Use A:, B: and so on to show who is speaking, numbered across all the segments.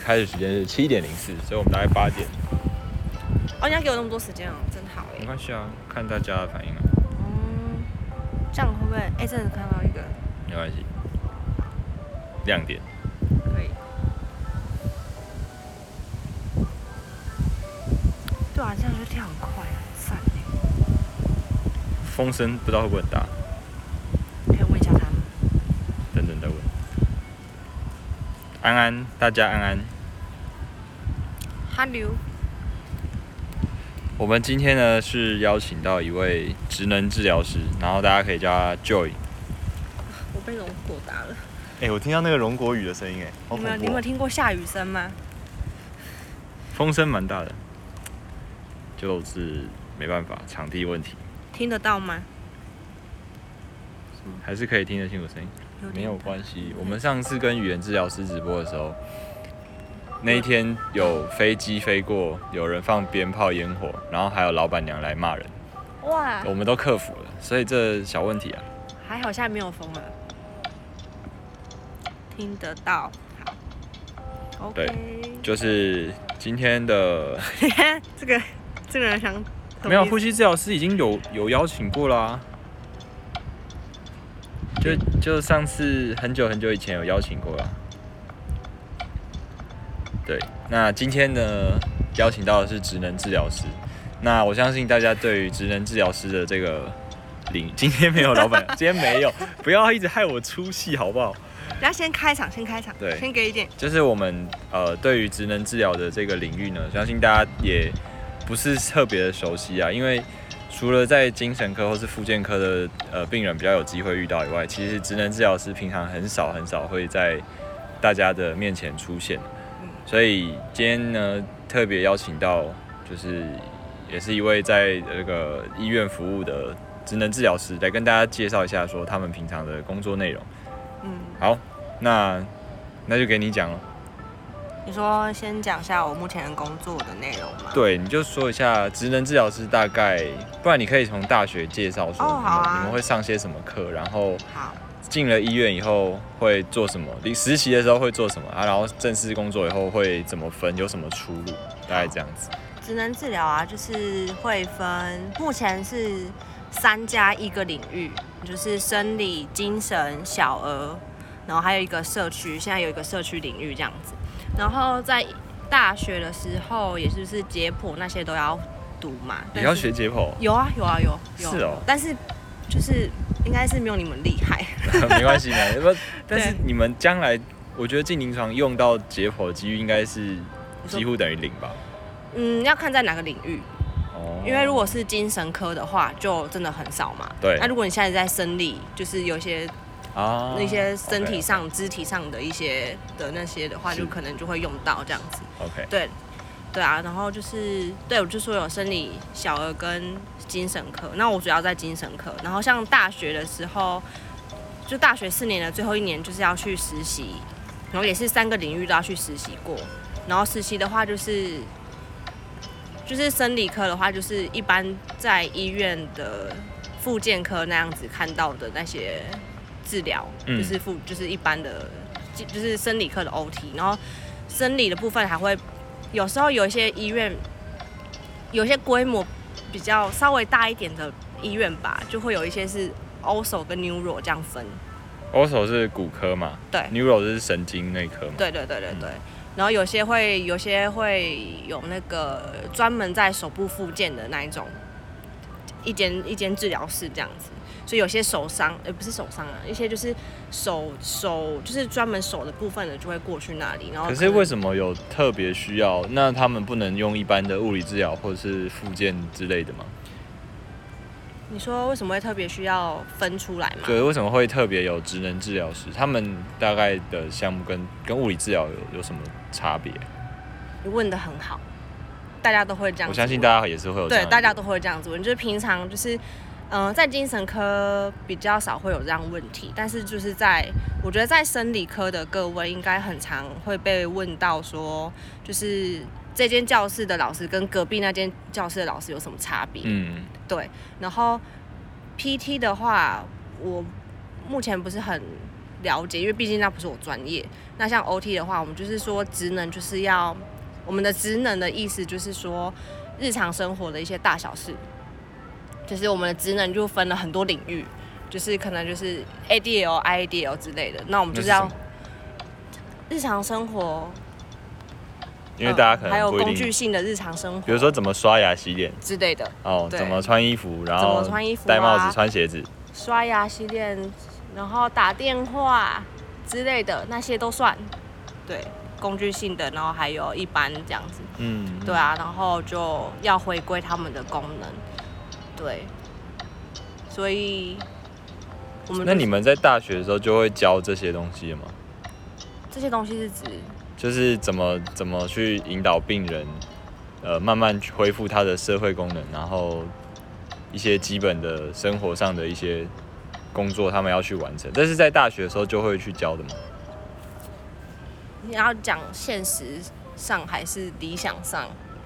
A: 开始时间是7:04，所以我们大概8点。
B: 哦，你要给我那么多时间哦，真好哎。
A: 没关系啊，看大家的反应啊。
B: 这样会不会？真的看到一个。
A: 没关系，亮点。
B: 可以。对啊，这样就跳很快，很赞哎。
A: 风声不知道会不会很大？
B: 可以问一下他们。
A: 等等再问。安安，大家安安。
B: Hello。
A: 我们今天呢是邀请到一位职能治疗师，然后大家可以叫他 Joy。
B: 我被龙果打了。
A: 我听到那个荣国语的声音好恐怖。
B: 你有没有听过下雨声吗？
A: 风声蛮大的，就是没办法，场地问题。
B: 听得到吗？
A: 还是可以听得清楚声音，没有关系。我们上次跟语言治疗师直播的时候，那一天有飞机飞过，有人放鞭炮烟火，然后还有老板娘来骂人。
B: 哇！
A: 我们都克服了，所以这小问题啊。
B: 还好现在没有风了，听得到。好 ，OK。
A: 对，就是今天的。
B: 这个人想
A: 没有，呼吸治疗师已经有邀请过啦、就上次很久以前有邀请过啦。对，那今天呢邀请到的是职能治疗师。那我相信大家对于职能治疗师的这个今天没有老板，今天没有，不要一直害我出戏好不好？
B: 要先开场，
A: 对，
B: 先给一点。
A: 就是我们对于职能治疗的这个领域呢，相信大家也不是特别的熟悉啊，因为除了在精神科或是复健科的病人比较有机会遇到以外，其实职能治疗师平常很少会在大家的面前出现。所以今天呢，特别邀请到就是也是一位在这个医院服务的职能治疗师，来跟大家介绍一下说他们平常的工作内容。好，那就给你讲了。
B: 你说先讲一下我目前工作的内容吗？
A: 对，你就说一下职能治疗师大概，不然你可以从大学介绍说你们会上些什么课，然后进了医院以后会做什么，你实习的时候会做什么啊，然后正式工作以后会怎么分，有什么出路，大概这样子。
B: 职能治疗啊，就是会分，目前是3+1个领域，就是生理、精神、小儿，然后还有一个社区，现在有一个社区领域这样子。然后在大学的时候，也就是解剖那些都要读嘛。
A: 你要学解剖？有
B: 啊。
A: 是哦。
B: 但是就是应该是没有你们厉害。
A: 没关系的，但是你们将来，我觉得进临床用到解剖的几率应该是几乎等于0吧？
B: 要看在哪个领域。因为如果是精神科的话，就真的很少嘛。
A: 对。
B: 那如果你现在在生理，就是有些那些身体上、肢体上的一些的那些的话，就可能就会用到这样子。
A: OK。
B: 对啊，然后就是我就说有生理、小儿跟精神科。那我主要在精神科，然后像大学的时候，就大学4年的最后1年就是要去实习，然后也是3个领域都要去实习过。然后实习的话就是生理科的话，就是一般在医院的复健科那样子看到的那些治疗，就是一般的，就是生理科的 OT。然后生理的部分还会有时候有一些医院，有些规模比较稍微大一点的医院吧，就会有一些是 Ortho 跟 Neuro 这样分。
A: Ortho 是骨科嘛？
B: 对。
A: Neuro 是神经内科嘛？
B: 对。然后有些会有那个专门在手部复健的那一种，一间治疗室这样子。所以有些手伤，不是手伤啊，一些就是手就是专门手的部分的就会过去那里。然后
A: 可是为什么有特别需要？那他们不能用一般的物理治疗或者是复健之类的吗？
B: 你说为什么会特别需要分出来吗？
A: 对，为什么会特别有职能治疗师？他们大概的项目跟物理治疗有什么差别？
B: 你问得很好，大家都会这样子问。
A: 我相信大家也是会有这样。
B: 对，大家都会这样子问，就是平常就是在精神科比较少会有这样问题，但是就是我觉得在生理科的各位应该很常会被问到说，就是这间教室的老师跟隔壁那间教室的老师有什么差别？对。然后 PT 的话，我目前不是很了解，因为毕竟那不是我专业。那像 OT 的话，我们就是说职能就是要我们的职能的意思就是说日常生活的一些大小事，就是我们的职能就分了很多领域，就是可能就是 ADL、IADL 之类的。那我们就是要日常生活。
A: 因为大家可能
B: 还有
A: 不一定
B: 工具性的日常生活，
A: 比如说怎么刷牙、洗脸
B: 之类的。
A: 怎么穿衣服，然后
B: 怎么穿衣服、
A: 戴帽子、穿鞋子、
B: 刷牙、洗脸，然后打电话之类的那些都算。对，工具性的，然后还有一般这样子。对啊，然后就要回归他们的功能。对，所以
A: 那你们在大学的时候就会教这些东西了吗？
B: 这些东西是指？
A: 就是怎么去引导病人，慢慢恢复他的社会功能，然后一些基本的生活上的一些工作，他们要去完成。这是在大学的时候就会去教的吗？
B: 你要讲现实上还是理想上？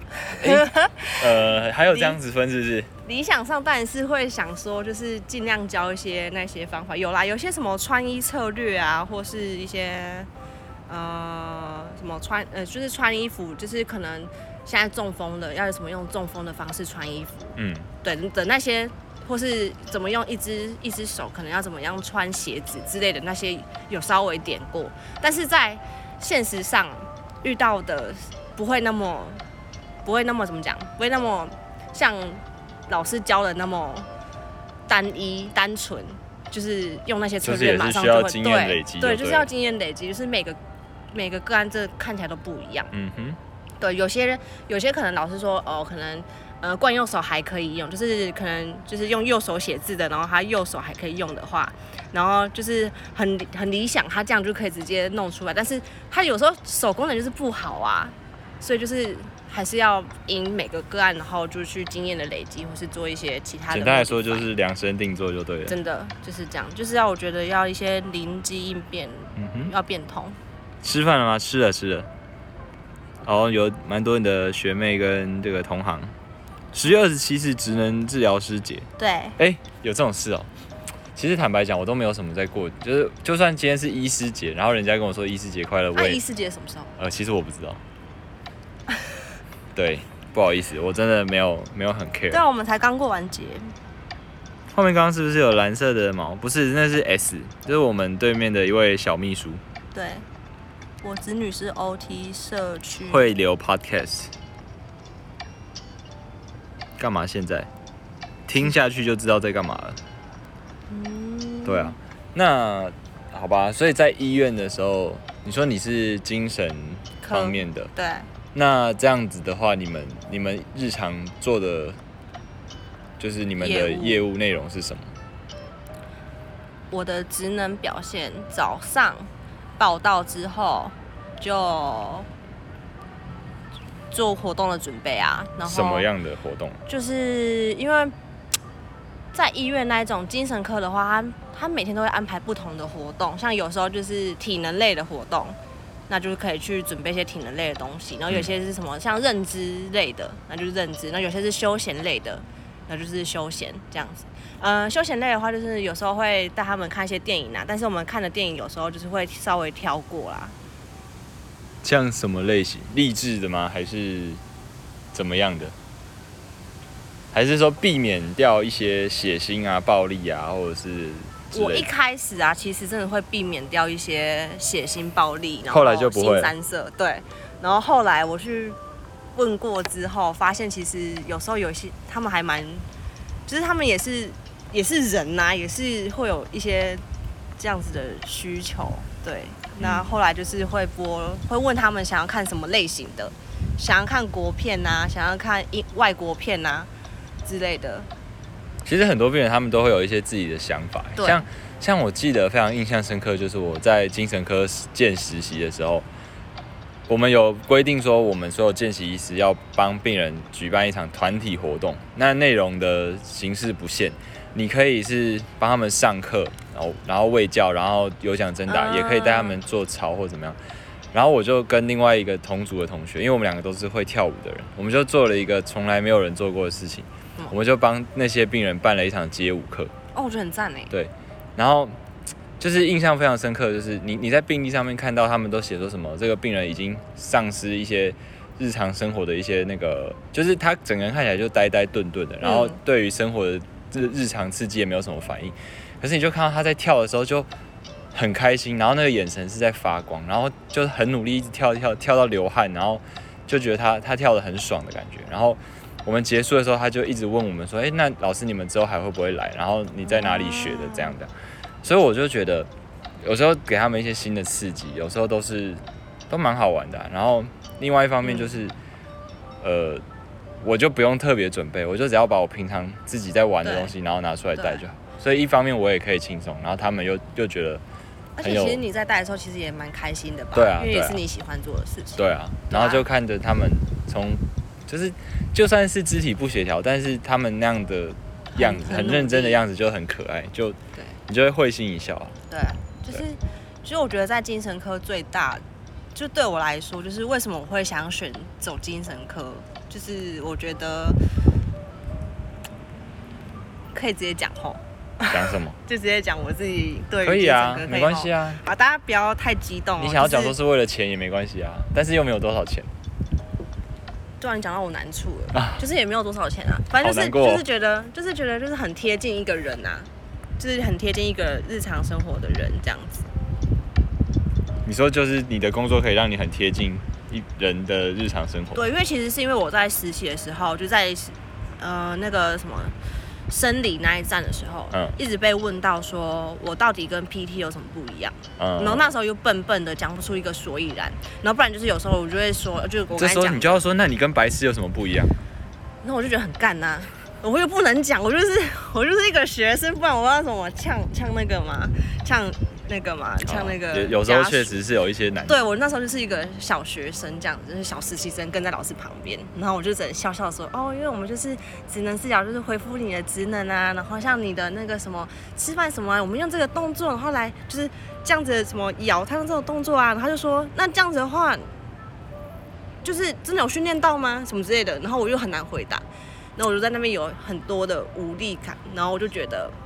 A: 还有这样子分是不是？
B: 理想上当然是会想说，就是尽量教一些那些方法。有啦，有些什么穿衣策略啊，或是一些。什么就是穿衣服，就是可能现在中风了，要有什么用中风的方式穿衣服，对的那些，或是怎么用一只手，可能要怎么样穿鞋子之类的那些，有稍微点过，但是在现实上遇到的不会那么怎么讲，不会那么像老师教的那么单一单纯。就是用那些策略马上就会，
A: 就是也是需要经验累积，
B: 对，就是要经验累积，就是每个个案这看起来都不一样。对，有些可能老师说可能惯右手还可以用，就是可能就是用右手写字的，然后他右手还可以用的话，然后就是很理想，他这样就可以直接弄出来。但是他有时候手功能就是不好啊，所以就是还是要因每个个案，然后就去经验的累积，或是做一些其他的。
A: 简单来说就是量身定做就对了。
B: 真的就是这样，就是我觉得要一些灵机应变，要变通。
A: 吃饭了吗？吃了。有蛮多你的学妹跟这个同行。10月27是职能治疗师节。
B: 对。
A: 有这种事哦。其实坦白讲，我都没有什么在过，就算今天是医师节，然后人家跟我说医师节快乐，
B: 医师节什么时候？
A: 其实我不知道。对，不好意思，我真的没有很 care。
B: 对啊，我们才刚过完节。
A: 后面刚刚是不是有蓝色的毛？不是，那是 S， 就是我们对面的一位小秘书。
B: 对，我子女是 OT 社区
A: 会留 podcast。干嘛现在？听下去就知道在干嘛了。对啊，那好吧，所以在医院的时候，你说你是精神方面的，
B: 对。
A: 那这样子的话，你们日常做的就是你们的业务内容是什么？
B: 我的职能表现，早上报到之后就做活动的准备啊。然后
A: 什么样的活动？
B: 就是因为在医院那一种精神科的话，他每天都会安排不同的活动，像有时候就是体能类的活动。那就是可以去准备一些体能类的东西，然后有些是什么像认知类的，那就是认知；那有些是休闲类的，那就是休闲这样子。休闲类的话，就是有时候会带他们看一些电影啊，但是我们看的电影有时候就是会稍微挑过啦。
A: 像什么类型？励志的吗？还是怎么样的？还是说避免掉一些血腥啊、暴力啊，或者是？
B: 我一开始啊，其实真的会避免掉一些血腥暴力，然
A: 后来就不会
B: 腥三色，对。然后后来我去问过之后，发现其实有时候有些他们还蛮，就是他们也是人呐、也是会有一些这样子的需求，对。那后来就是会问他们想要看什么类型的，想要看国片啊，想要看外国片啊之类的。
A: 其实很多病人他们都会有一些自己的想法，像我记得非常印象深刻，就是我在精神科见实习的时候，我们有规定说，我们所有见习医师要帮病人举办一场团体活动，那内容的形式不限，你可以是帮他们上课，然后卫教，然后有奖征答，也可以带他们做操或怎么样。然后我就跟另外一个同组的同学，因为我们两个都是会跳舞的人，我们就做了一个从来没有人做过的事情。我们就帮那些病人办了一场街舞课。
B: 我觉得很赞哎。
A: 对，然后就是印象非常深刻的就是你在病历上面看到他们都写说什么，这个病人已经丧失一些日常生活的一些那个，就是他整个人看起来就呆呆顿顿的，然后对于生活的日常刺激也没有什么反应，可是你就看到他在跳的时候就很开心，然后那个眼神是在发光，然后就很努力一直跳到流汗，然后就觉得他跳得很爽的感觉。然后我们结束的时候，他就一直问我们说：“那老师你们之后还会不会来？然后你在哪里学的？这样的。”所以我就觉得有时候给他们一些新的刺激，有时候都蛮好玩的然后另外一方面就是，我就不用特别准备，我就只要把我平常自己在玩的东西，然后拿出来带就好。所以一方面我也可以轻松，然后他们又觉得。
B: 而且其实你在带的时候，其实也蛮开心的吧？
A: 对啊，
B: 因为也是你喜欢做的事情。
A: 对啊，然后就看着他们就算是肢体不协调，但是他们那样的样子，很认真的样子就很可爱，你就会会心一笑。
B: 对，其实我觉得在精神科最大，就对我来说，就是为什么我会想选走精神科，就是我觉得可以直接讲吼。
A: 讲什么？
B: 就直接讲我自己对
A: 可以啊，没关系啊。
B: 大家不要太激动。
A: 你想要讲说是为了钱也没关系啊，但是又没有多少钱。
B: 突然讲到我难处了，就是也没有多少钱啊，反正就是觉得就是很贴近一个人啊，就是很贴近一个日常生活的人这样子。
A: 你说就是你的工作可以让你很贴近人的日常生活？
B: 对，因为其实是因为我在实习的时候，就在那个什么。生理那一站的时候，一直被问到说我到底跟 PT 有什么不一样，然后那时候又笨笨的讲不出一个所以然，然后不然就是有时候我就会说，就是我刚才讲，
A: 这时候你就要说，那你跟白痴有什么不一样？
B: 那我就觉得很干呐，我又不能讲，我就是一个学生，不然我要什么呛那个嘛，呛那个
A: 有时候确实是有一些难。
B: 对，我那时候就是一个小学生这样子，就是小实习生跟在老师旁边，然后我就只能笑笑说，因为我们就是职能治疗，就是恢复你的职能啊，然后像你的那个什么吃饭什么，我们用这个动作，然后来就是这样子什么咬，他用这种动作啊，然后他就说那这样子的话，就是真的有训练到吗？什么之类的，然后我又很难回答，然后我就在那边有很多的无力感，然后我就觉得。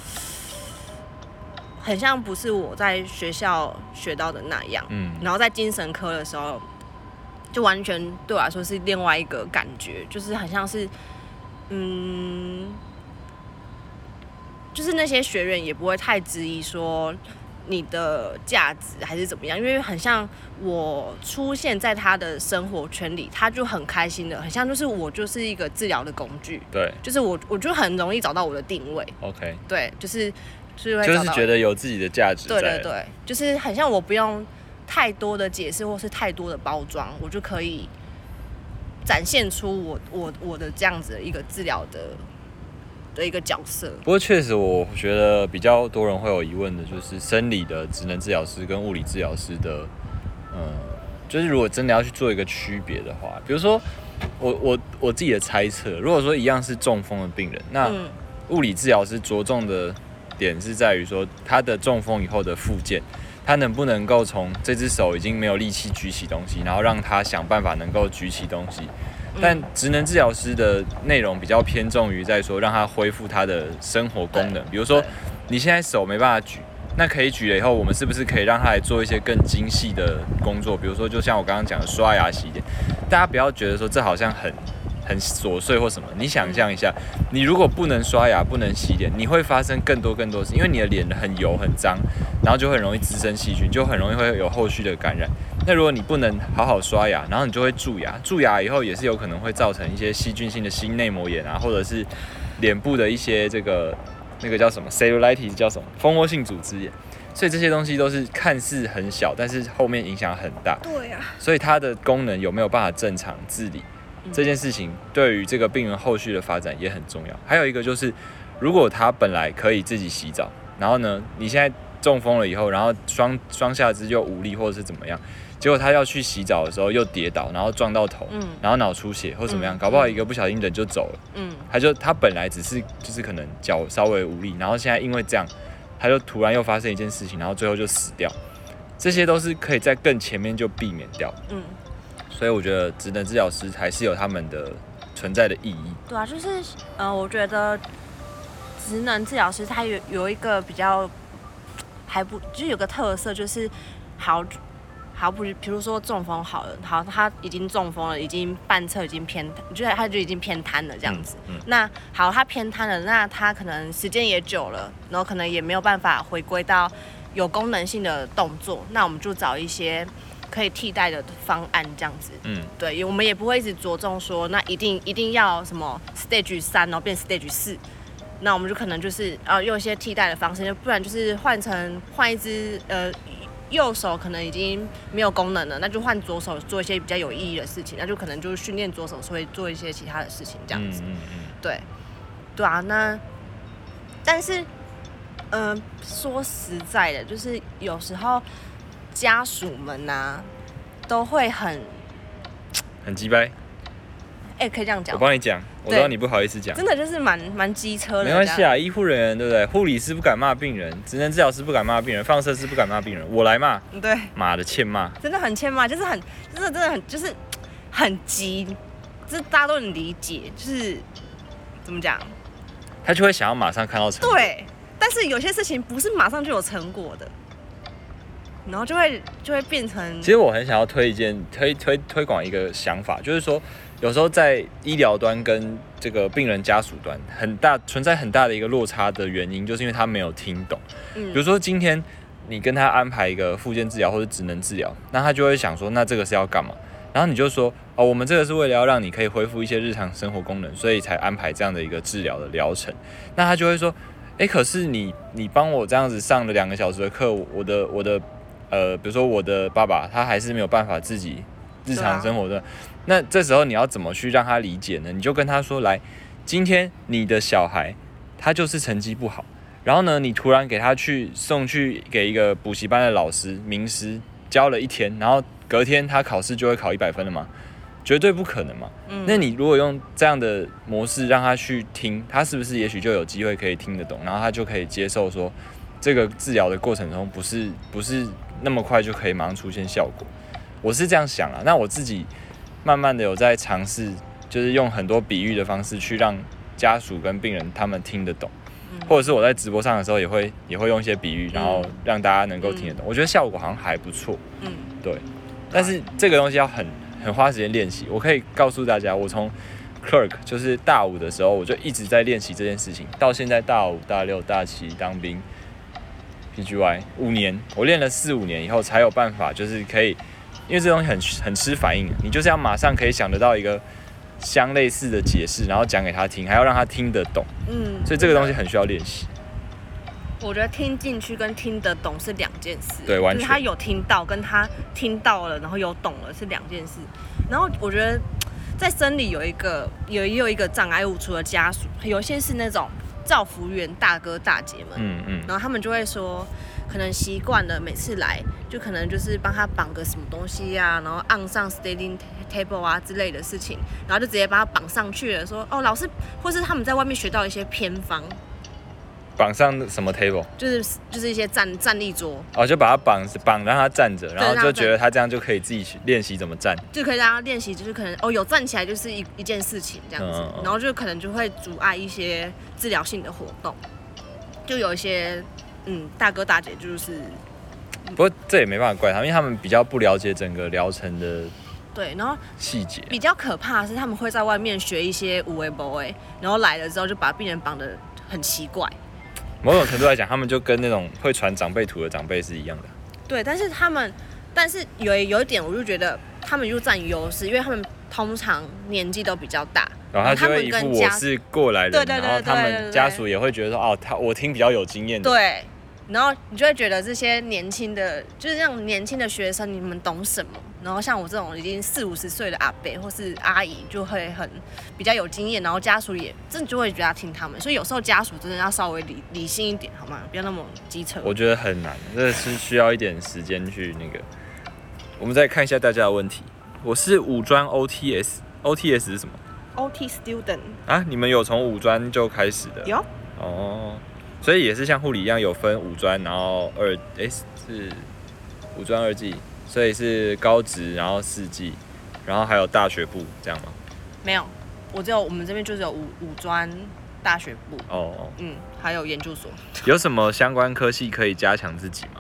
B: 很像不是我在学校学到的那样，然后在精神科的时候，就完全对我来说是另外一个感觉，就是很像是，就是那些学员也不会太质疑说你的价值还是怎么样，因为很像我出现在他的生活圈里，他就很开心的，很像就是我就是一个治疗的工具，
A: 对，
B: 就是我就很容易找到我的定位
A: ，OK，
B: 对，就是
A: 觉得有自己的价值在。
B: 对，就是很像我不用太多的解释或是太多的包装，我就可以展现出我的这样子的一个治疗的一个角色。
A: 不过确实，我觉得比较多人会有疑问的，就是生理的职能治疗师跟物理治疗师的，就是如果真的要去做一个区别的话，比如说我自己的猜测，如果说一样是中风的病人，那物理治疗师着重的点是在于说他的中风以后的复健，他能不能够从这只手已经没有力气举起东西，然后让他想办法能够举起东西。但职能治疗师的内容比较偏重于在说让他恢复他的生活功能，比如说你现在手没办法举，那可以举了以后，我们是不是可以让他来做一些更精细的工作？比如说就像我刚刚讲的刷牙洗脸，大家不要觉得说这好像很琐碎或什么，你想象一下，你如果不能刷牙不能洗脸，你会发生更多事，因为你的脸很油很脏，然后就会很容易滋生细菌，就很容易会有后续的感染。那如果你不能好好刷牙，然后你就会蛀牙以后也是有可能会造成一些细菌性的心内膜炎啊，或者是脸部的一些那个叫什么 cellulitis 叫什么蜂窝性组织炎。所以这些东西都是看似很小，但是后面影响很大。
B: 对啊。所
A: 以它的功能有没有办法正常治理？这件事情对于这个病人后续的发展也很重要。还有一个就是，如果他本来可以自己洗澡，然后呢，你现在中风了以后，然后双下肢又无力或者是怎么样，结果他要去洗澡的时候又跌倒，然后撞到头，然后脑出血或怎么样，搞不好一个不小心人就走了。他本来只是就是可能脚稍微无力，然后现在因为这样，他就突然又发生一件事情，然后最后就死掉。这些都是可以在更前面就避免掉。所以我觉得职能治疗师还是有他们的存在的意义。
B: 对啊，就是我觉得职能治疗师他有一个比较还不就是有个特色就是好不，比如说中风好了，好，他已经中风了，已经半侧已经偏，他就已经偏瘫了这样子。那好，他偏瘫了，那他可能时间也久了，然后可能也没有办法回归到有功能性的动作，那我们就找一些可以替代的方案这样子。对，我们也不会一直着重说，那一定要什么 stage 3然后变 stage 4。那我们就可能就是用一些替代的方式，不然就是换一只右手可能已经没有功能了，那就换左手做一些比较有意义的事情，那就可能就是训练左手会做一些其他的事情这样子。对啊，那但是说实在的，就是有时候家属们啊都会很
A: 鸡掰。
B: 可以这样讲。
A: 我帮你讲，我知道你不好意思讲。
B: 真的就是蛮机车的。
A: 没关系啊，医护人员对不对？护理师不敢骂病人，职能治疗师不敢骂病人，放射师不敢骂病人，我来骂。
B: 对。
A: 妈的，欠骂。真
B: 的很欠骂，就是真的很就是很急，这大家都能理解，就是怎么讲？
A: 他就会想要马上看到成果。
B: 对，但是有些事情不是马上就有成果的。然后就会变成。
A: 其实我很想要推广一个想法，就是说，有时候在医疗端跟这个病人家属端存在很大的一个落差的原因，就是因为他没有听懂。比如说今天你跟他安排一个复健治疗或者职能治疗，那他就会想说，那这个是要干嘛？然后你就说，我们这个是为了要让你可以恢复一些日常生活功能，所以才安排这样的一个治疗的疗程。那他就会说，可是你帮我这样子上了2个小时的课，我的比如说我的爸爸他还是没有办法自己日常生活的，那这时候你要怎么去让他理解呢？你就跟他说，来，今天你的小孩他就是成绩不好，然后呢，你突然给他送去给一个补习班的老师名师教了1天，然后隔天他考试就会考100分了吗？绝对不可能嘛。那你如果用这样的模式让他去听，他是不是也许就有机会可以听得懂，然后他就可以接受说，这个治疗的过程中不是那么快就可以马上出现效果。我是这样想啦。那我自己慢慢的有在尝试，就是用很多比喻的方式去让家属跟病人他们听得懂，或者是我在直播上的时候也会用一些比喻，然后让大家能够听得懂。我觉得效果好像还不错。对。但是这个东西要很花时间练习。我可以告诉大家，我从 clerk 就是大5的时候，我就一直在练习这件事情，到现在大5、大6、大7当兵。PGY 5年，我练了4、5年以后才有办法，就是可以，因为这东西很吃反应，你就是要马上可以想得到一个相类似的解释，然后讲给他听，还要让他听得懂。所以这个东西很需要练习。
B: 我觉得听进去跟听得懂是2件事。
A: 对，完全。
B: 就是他有听到，跟他听到了，然后有懂了是2件事。然后我觉得在生理有一个障碍物，除了家属，有些是那种照服员大哥大姐们，然后他们就会说，可能习惯了每次来就可能就是帮他绑个什么东西啊，然后按上 standing table 啊之类的事情，然后就直接把他绑上去了，说老师，或是他们在外面学到一些偏方。
A: 绑上什么 table？
B: 就是一些站立桌。
A: 就把他绑让他站着，然后就觉得他这样就可以自己练习怎么站，
B: 就可以让他练习，就是可能有站起来就是一件事情这样子，然后就可能就会阻碍一些治疗性的活动，就有一些大哥大姐就是。
A: 不过这也没办法怪他们，因为他们比较不了解整个疗程的。
B: 对，然后
A: 细节
B: 比较可怕的是，他们会在外面学一些有的没的，然后来了之后就把病人绑得很奇怪。
A: 某种程度来讲，他们就跟那种会传长辈图的长辈是一样的。
B: 对，但是有一点，我就觉得他们就占优势，因为他们通常年纪都比较大，
A: 然后他就会一副我是过来人，然后他们家属也会觉得说，我听比较有经验的。
B: 对。然后你就会觉得这些年轻的，就是这种年轻的学生，你们懂什么？然后像我这种已经40、50岁的阿伯或是阿姨，就会比较有经验，然后家属也真的就会觉得要听他们，所以有时候家属真的要稍微理性一点，好吗？不要那么机车。
A: 我觉得很难，这是需要一点时间去那个。我们再看一下大家的问题。我是5专 OTS 是什么
B: ？OT student
A: 啊？你们有从5专就开始的？
B: 有。
A: 所以也是像护理一样有分5专，然后是5专2技，所以是高职，然后4技，然后还有大学部这样吗？
B: 没有，我们这边就只有5专大学部。
A: 哦，
B: 还有研究所。
A: 有什么相关科系可以加强自己吗？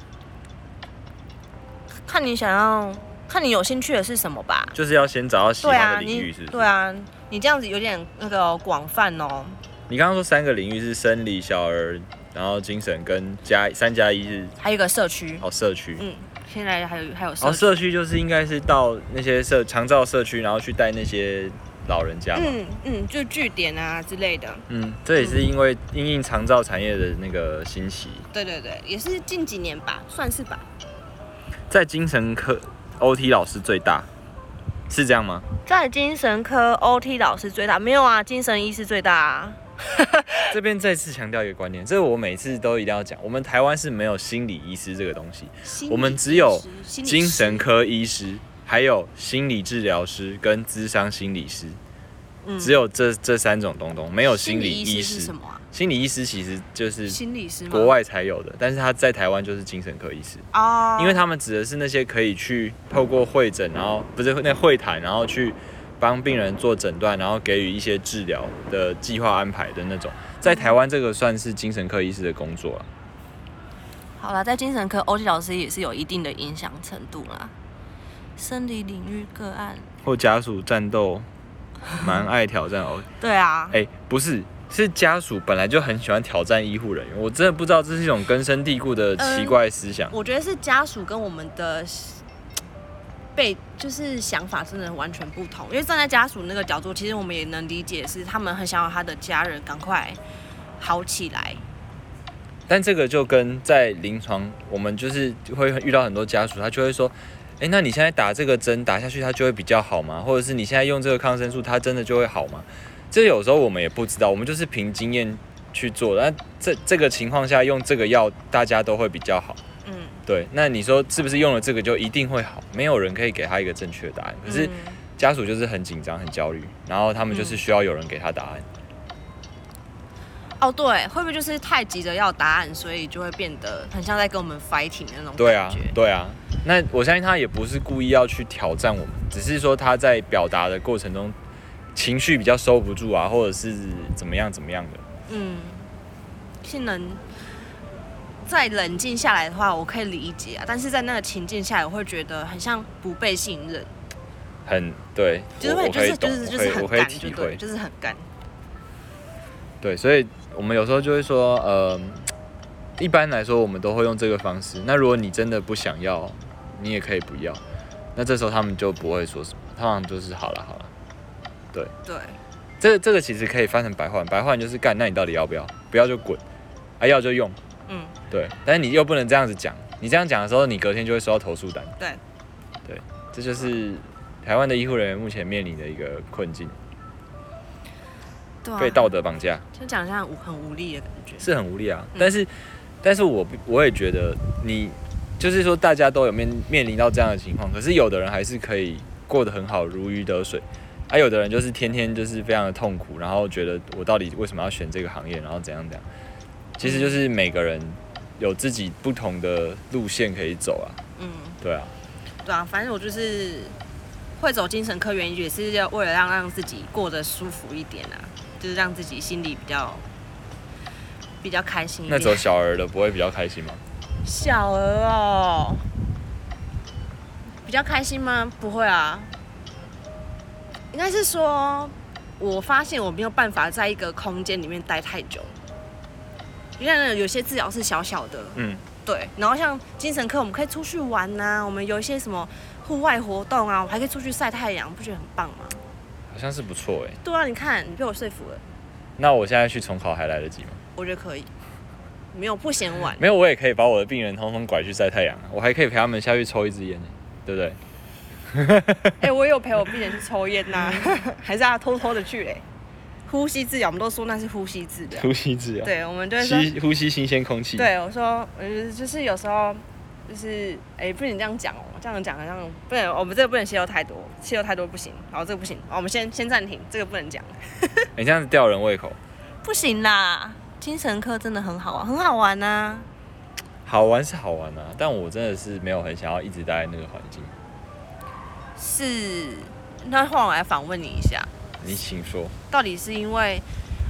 B: 看你有兴趣的是什么吧。
A: 就是要先找到喜欢的领域，是不是？
B: 对啊，你这样子有点那个广泛哦。
A: 你刚刚说3个领域是生理、小儿，然后精神跟3+1是，
B: 还有一个社区。
A: 社区。
B: 现在还有社区。
A: 社区就是应该是到那些长照社区，然后去带那些老人家嘛。
B: 就据点啊之类的。
A: 这也是因为因应长照产业的那个兴起。
B: 对，也是近几年吧，算是吧。
A: 在精神科 OT 老师最大，是这样吗？
B: 在精神科 OT 老师最大，没有啊，精神医师最大啊。
A: 这边再次强调一个观念，这个我每次都一定要讲，我们台湾是没有心理医师这个东西，我们只有精神科医师，还有心理治疗师跟諮商心理师，只有这3种东东，没有心理医师。是什么啊？心理医师其实就是
B: 心理师吗？
A: 国外才有的，但是他在台湾就是精神科医师因为他们指的是那些可以去透过会诊，然后不是那会谈，然后去帮病人做诊断，然后给予一些治疗的计划安排的那种，在台湾这个算是精神科医师的工作了。
B: 好啦，在精神科 OT 老师也是有一定的影响程度啦。生理领域个案
A: 或家属战斗，蛮爱挑战OT。
B: 对啊。
A: 不是。是家属本来就很喜欢挑战医护人员，我真的不知道这是一种根深蒂固的奇怪思想。
B: 我觉得是家属跟我们的就是想法真的完全不同，因为站在家属那个角度，其实我们也能理解是他们很想要他的家人赶快好起来。
A: 但这个就跟在临床，我们就是会遇到很多家属，他就会说，那你现在打这个针打下去，它就会比较好吗？或者是你现在用这个抗生素，它真的就会好吗？这有时候我们也不知道，我们就是凭经验去做。那这个情况下用这个药，大家都会比较好。对。那你说是不是用了这个就一定会好？没有人可以给他一个正确的答案。可是家属就是很紧张、很焦虑，然后他们就是需要有人给他答
B: 案。对，会不会就是太急着要答案，所以就会变得很像在跟我们 fighting 的那种感觉？
A: 对啊。那我相信他也不是故意要去挑战我们，只是说他在表达的过程中。情绪比较收不住啊，或者是怎么样的。是能再冷静下来的话，我可以理解啊。但是在那个情境下，我会觉得很像不被信任。 对，
B: 就是很干，就对，就是很干。
A: 对，所以我们有时候就会说，一般来说我们都会用这个方式。那如果你真的不想要，你也可以不要。那这时候他们就不会说什么，通常就是好了。对，这个其实可以翻成白话文，白话文就是干，那你到底要不要？不要就滚，要就用。对。但是你又不能这样子讲，你这样讲的时候，你隔天就会收到投诉单。对，这就是台湾的医护人员目前面临的一个困境。
B: 对啊。
A: 被道德绑架。
B: 就讲像很无力的感觉。
A: 是很无力啊，但是我也觉得你就是说大家都有面临到这样的情况，可是有的人还是可以过得很好，如鱼得水。有的人就是天天就是非常的痛苦，然后觉得我到底为什么要选这个行业，然后怎样，其实就是每个人有自己不同的路线可以走啊。对啊，
B: 反正我就是会走精神科，原因也是为了让自己过得舒服一点啊，就是让自己心里比较开心一点。
A: 那走小儿的不会比较开心吗？
B: 小儿比较开心吗？不会啊。应该是说，我发现我没有办法在一个空间里面待太久。因为有些治疗是小小的，对。然后像精神科，我们可以出去玩啊，我们有一些什么户外活动啊，我还可以出去晒太阳，不觉得很棒吗？
A: 好像是不错
B: 对啊，你看，你被我说服了。
A: 那我现在去重考还来得及吗？
B: 我觉得可以，没有不嫌晚。
A: 没有，我也可以把我的病人通通拐去晒太阳，我还可以陪他们下去抽一支烟，对不对？
B: 我也有陪我病人去抽烟呐，还是要偷偷的去呼吸治疗，我们都说那是呼吸治疗。
A: 呼吸治疗。
B: 对，我们就会说
A: 呼吸新鲜空气。
B: 对，我说就是有时候就是不能这样讲这样讲好像不能，我们这个不能泄露太多，泄露太多不行。好，这个不行，好，我们先暂停，这个不能讲。
A: 你这样子吊人胃口。
B: 不行啦，精神科真的很好玩，很好玩啊。
A: 好玩是好玩啊，但我真的是没有很想要一直待在那个环境。
B: 是，那换我来访问你一下。
A: 你请说。
B: 到底是因为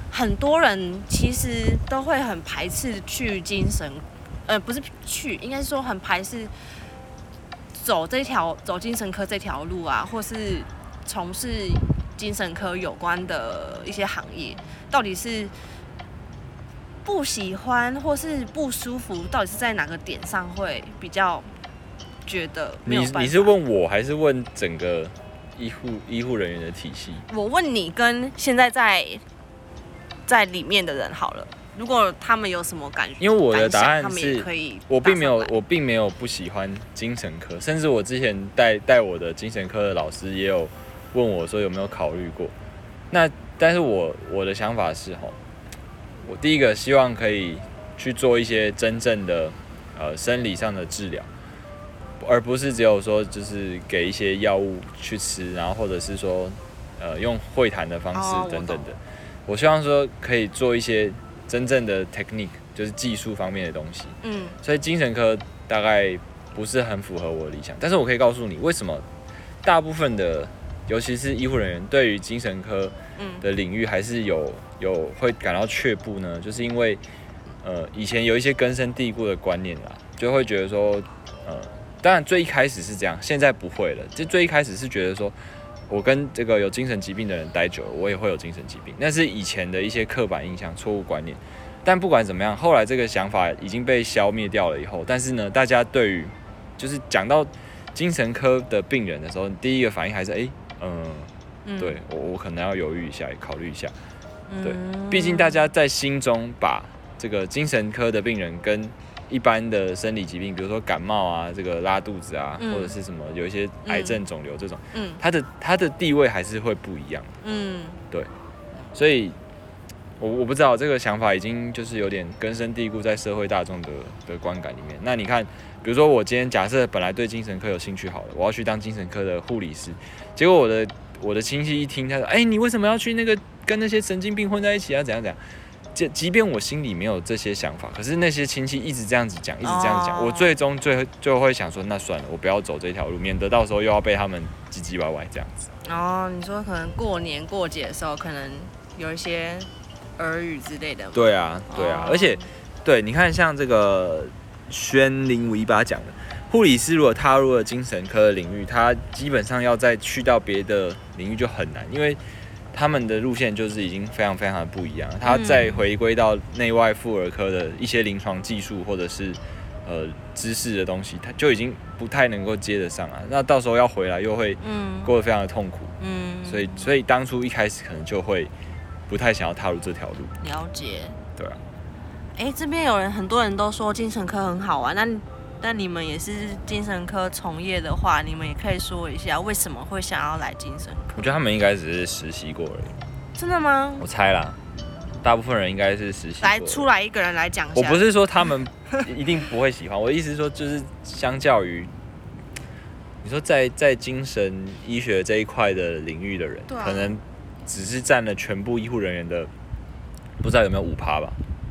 B: 很多人其实都会很排斥去精神，不是去，应该是说很排斥走精神科这条路啊，或是从事精神科有关的一些行业，到底是不喜欢或是不舒服，到底是在哪个点上会比较觉得没有办法？
A: 你是问我还是问整个医护人员的体系？
B: 我问你跟现在在里面的人好了，如果他们有什么感觉，
A: 因为我的答案是，我并没有不喜欢精神科，甚至我之前带我的精神科的老师也有问我说有没有考虑过。但是我的想法是我第一个希望可以去做一些真正的生理上的治疗，而不是只有说就是给一些药物去吃，然后或者是说用会谈的方式等等的。我希望说可以做一些真正的 technique， 就是技术方面的东西。所以精神科大概不是很符合我的理想，但是我可以告诉你为什么大部分的，尤其是医护人员对于精神科的领域还是有会感到却步呢？就是因为以前有一些根深蒂固的观念啦，就会觉得说当然最一开始是这样，现在不会了。就最一开始是觉得说，我跟这个有精神疾病的人待久了，我也会有精神疾病，那是以前的一些刻板印象、错误观念。但不管怎么样，后来这个想法已经被消灭掉了以后，但是呢，大家对于就是讲到精神科的病人的时候，第一个反应还是对我可能要犹豫一下，考虑一下。对，毕竟大家在心中把这个精神科的病人跟一般的生理疾病，比如说感冒啊，这个拉肚子啊，或者是什么有一些癌症、肿瘤这种，它的地位还是会不一样的。对，所以我不知道这个想法已经就是有点根深蒂固在社会大众的观感里面。那你看，比如说我今天假设本来对精神科有兴趣好了，我要去当精神科的护理师，结果我的亲戚一听，他说：“你为什么要去那个跟那些神经病混在一起啊？怎样怎样？”即便我心里没有这些想法，可是那些亲戚一直这样子讲，我最终最后会想说，那算了，我不要走这条路，免得到时候又要被他们唧唧歪歪这样子。
B: 你说可能过年过节的时候，可能有一些耳语之类的吗？
A: 对啊，而且对，你看像这个宣058讲的，护理师如果踏入了精神科的领域，他基本上要再去到别的领域就很难，因为他们的路线就是已经非常非常的不一样，他再回归到内外妇儿科的一些临床技术或者是知识的东西，他就已经不太能够接得上啊。那到时候要回来又会过得非常的痛苦。所以当初一开始可能就会不太想要踏入这条路。
B: 了解。
A: 对啊。
B: 这边很多人都说精神科很好玩，那你们也是精神科从业的话，你们也可以说一下为什么会想要来精神科？
A: 我觉得他们应该只是实习过而已。
B: 真的吗？
A: 我猜啦，大部分人应该是实习过而已。
B: 出来一个人来讲一下。
A: 我不是说他们一定不会喜欢，我的意思是说，就是相较于你说在精神医学这一块的领域的人，可能只是占了全部医护人员的不知道有没有5%吧。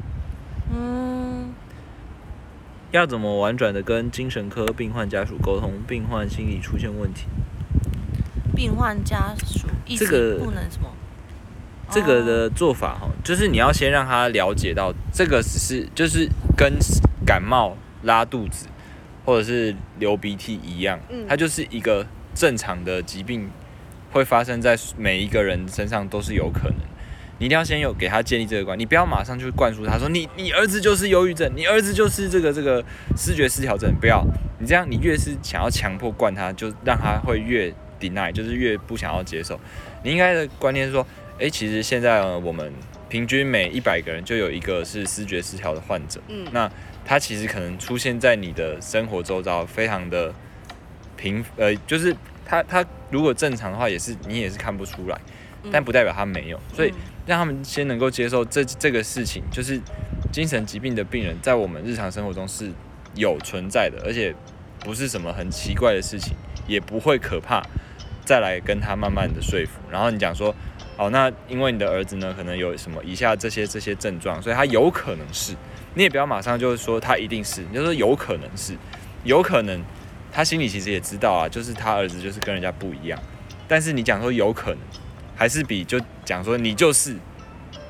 A: 要怎么婉转的跟精神科病患家属沟通，病患心理出现问题？
B: 病患家属意思不能什么？
A: 这个的做法就是你要先让他了解到，这个就是跟感冒、拉肚子或者是流鼻涕一样，它就是一个正常的疾病，会发生在每一个人身上都是有可能。你一定要先给他建立这个观念，你不要马上就灌输他说你儿子就是忧郁症，你儿子就是这个思觉失调症，不要你这样，你越是想要强迫灌他，就让他会越 deny， 就是越不想要接受。你应该的观念是说，其实现在我们平均每100个人就有一个是思觉失调的患者，那他其实可能出现在你的生活周遭，非常的就是他如果正常的话，你也是看不出来。但不代表他没有，所以让他们先能够接受这个事情，就是精神疾病的病人在我们日常生活中是有存在的，而且不是什么很奇怪的事情，也不会可怕。再来跟他慢慢的说服，然后你讲说，那因为你的儿子呢，可能有什么以下这些症状，所以他有可能是，你也不要马上就说他一定是，你就说有可能是，有可能他心里其实也知道啊，就是他儿子就是跟人家不一样，但是你讲说有可能。还是比就讲说你就是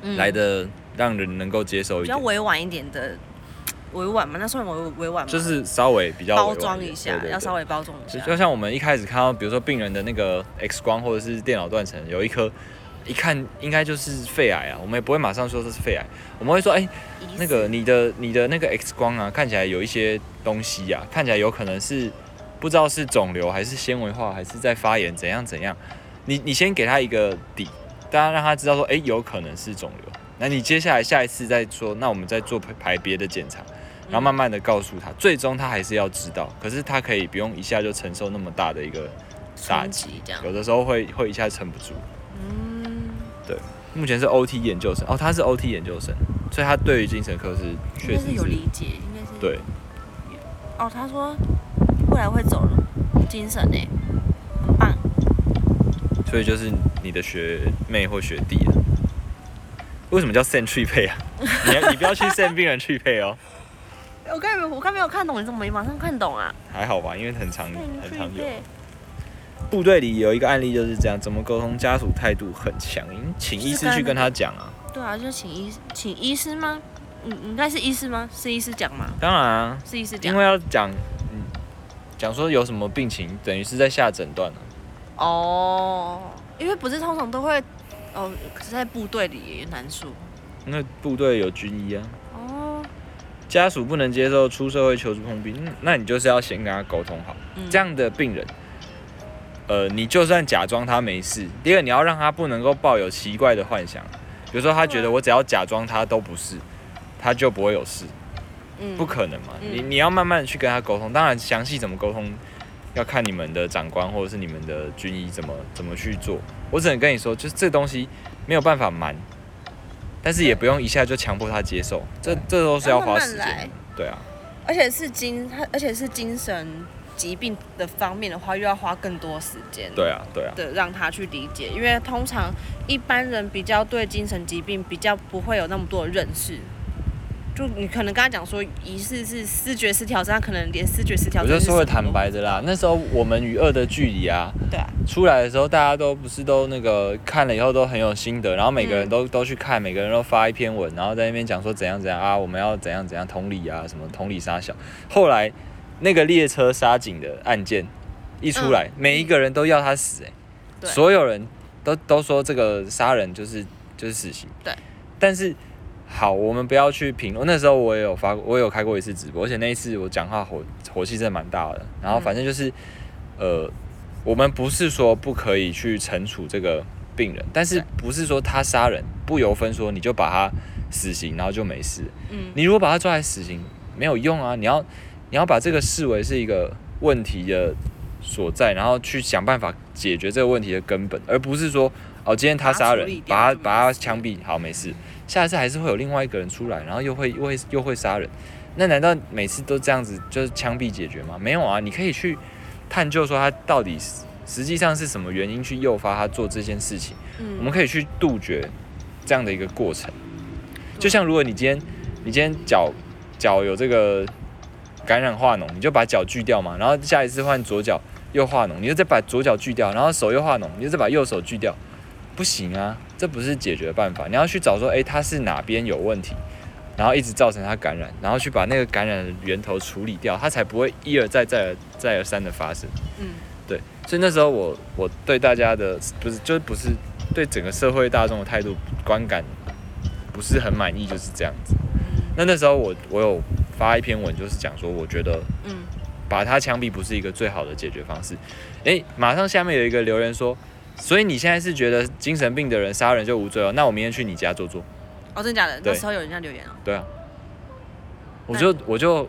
A: 来的让人能够接受一点，
B: 比较委婉一点的。委婉嘛，那算委婉吗？
A: 就是稍微比较
B: 包装一下，
A: 对，
B: 要稍微包装一下。
A: 就像我们一开始看到，比如说病人的那个 X 光或者是电脑断层有一颗，一看应该就是肺癌啊，我们也不会马上说这是肺癌，我们会说，那个你的那个 X 光啊，看起来有一些东西啊，看起来有可能是不知道是肿瘤还是纤维化还是在发炎怎样，你先给他一个底，大家让他知道说，有可能是肿瘤。那你接下来下一次再说，那我们再做排别的检查。然后慢慢的告诉他，最终他还是要知道，可是他可以不用一下就承受那么大的一个打击，有的时候会一下撑不住。对，目前是 OT 研究生，他是 OT 研究生，所以他对于精神科是确实是
B: 有理解，应该是
A: 对。
B: 他说未来会走精神欸，很棒。
A: 所以就是你的学妹或学弟了。为什么叫 send 去配啊？你不要去 send 病人去配哦。
B: 我刚没有看懂，你怎么没马上看懂啊？
A: 还好吧，因为很常有。部队里有一个案例就是这样，怎么沟通？家属态度很强，请医师去跟他讲啊。
B: 对啊，就请医师吗？应该是医师吗？是医师讲吗？
A: 当然啊，是
B: 医师讲，
A: 因为要讲说有什么病情，等于是在下诊断
B: 啊。因为不是通常都会可是在部队里也难说。
A: 那部队有军医啊。家属不能接受出社会求助碰壁，那你就是要先跟他沟通好。这样的病人，你就算假装他没事，第二你要让他不能够抱有奇怪的幻想，比如说他觉得我只要假装他都不是，他就不会有事。不可能嘛。你要慢慢的去跟他沟通，当然详细怎么沟通，要看你们的长官或者是你们的军医怎么去做。我只能跟你说，就是这东西没有办法瞒。但是也不用一下就强迫他接受，这都是要花时间。对啊，而且是
B: 精神疾病的方面的话，又要花更多时间。
A: 对啊，
B: 的让他去理解，因为通常一般人比较对精神疾病比较不会有那么多的认识。就你可能跟他讲说疑似是思觉失调症，他可能连思觉失调症。
A: 我就说会坦白的啦，那时候我们与恶的距离啊，
B: 对啊，
A: 出来的时候大家都不是都那个看了以后都很有心得，然后每个人都去看，每个人都发一篇文，然后在那边讲说怎样啊，我们要怎样同理啊，什么同理杀小。后来那个列车杀警的案件一出来，每一个人都要他死所有人都说这个杀人就是死刑。
B: 对，
A: 但是。好，我们不要去评论。那时候我有开过一次直播，而且那一次我讲话火气真的蛮大的。然后反正就是，我们不是说不可以去惩处这个病人，但是不是说他杀人不由分说你就把他死刑，然后就没事。你如果把他抓来死刑没有用啊，你要把这个视为是一个问题的所在，然后去想办法解决这个问题的根本，而不是说今天他杀人，把他枪毙，好没事。下次还是会有另外一个人出来，然后又会杀人，那难道每次都这样子就是枪毙解决吗？没有啊，你可以去探究说他到底实际上是什么原因去诱发他做这件事情。我们可以去杜绝这样的一个过程。就像如果你今天脚有这个感染化脓，你就把脚锯掉嘛，然后下一次换左脚又化脓，你就再把左脚锯掉，然后手又化脓，你就再把右手锯掉。不行啊，这不是解决的办法。你要去找说，他是哪边有问题，然后一直造成他感染，然后去把那个感染的源头处理掉，他才不会一而再、再而三的发生。对。所以那时候我对大家的不是对整个社会大众的态度观感不是很满意，就是这样子。那时候我有发一篇文，就是讲说，我觉得把他枪毙不是一个最好的解决方式。马上下面有一个留言说。所以你现在是觉得精神病的人杀人就无罪那我明天去你家坐。
B: 真的假的？那时候有人家留言
A: 对啊，我就，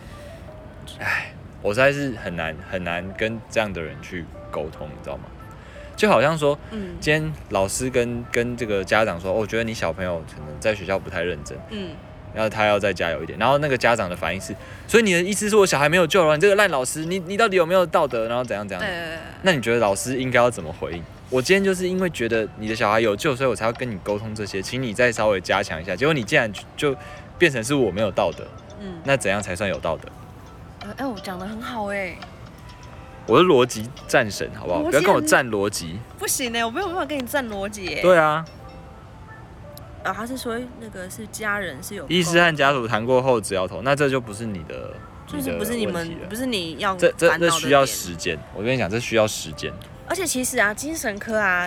A: 我实在是很难跟这样的人去沟通，你知道吗？就好像说，今天老师跟这个家长说，我觉得你小朋友可能在学校不太认真，然后他要再加油一点。然后那个家长的反应是，所以你的意思是我小孩没有救了？你这个烂老师，你到底有没有道德？然后怎样？那你觉得老师应该要怎么回应？我今天就是因为觉得你的小孩有救，所以我才要跟你沟通这些，请你再稍微加强一下。结果你竟然就变成是我没有道德，那怎样才算有道德？
B: 我讲得很好
A: 我是逻辑战神，好不好？不要跟我战逻辑。
B: 不行我没有办法跟你战逻辑
A: 对啊，
B: 他是说那个是家人是有
A: 医师和家属谈过后只摇头，那这就不是你的，
B: 就是不是你们，不是你要
A: 这需要时间。我跟你讲，这需要时间。而
B: 且其实啊，精神科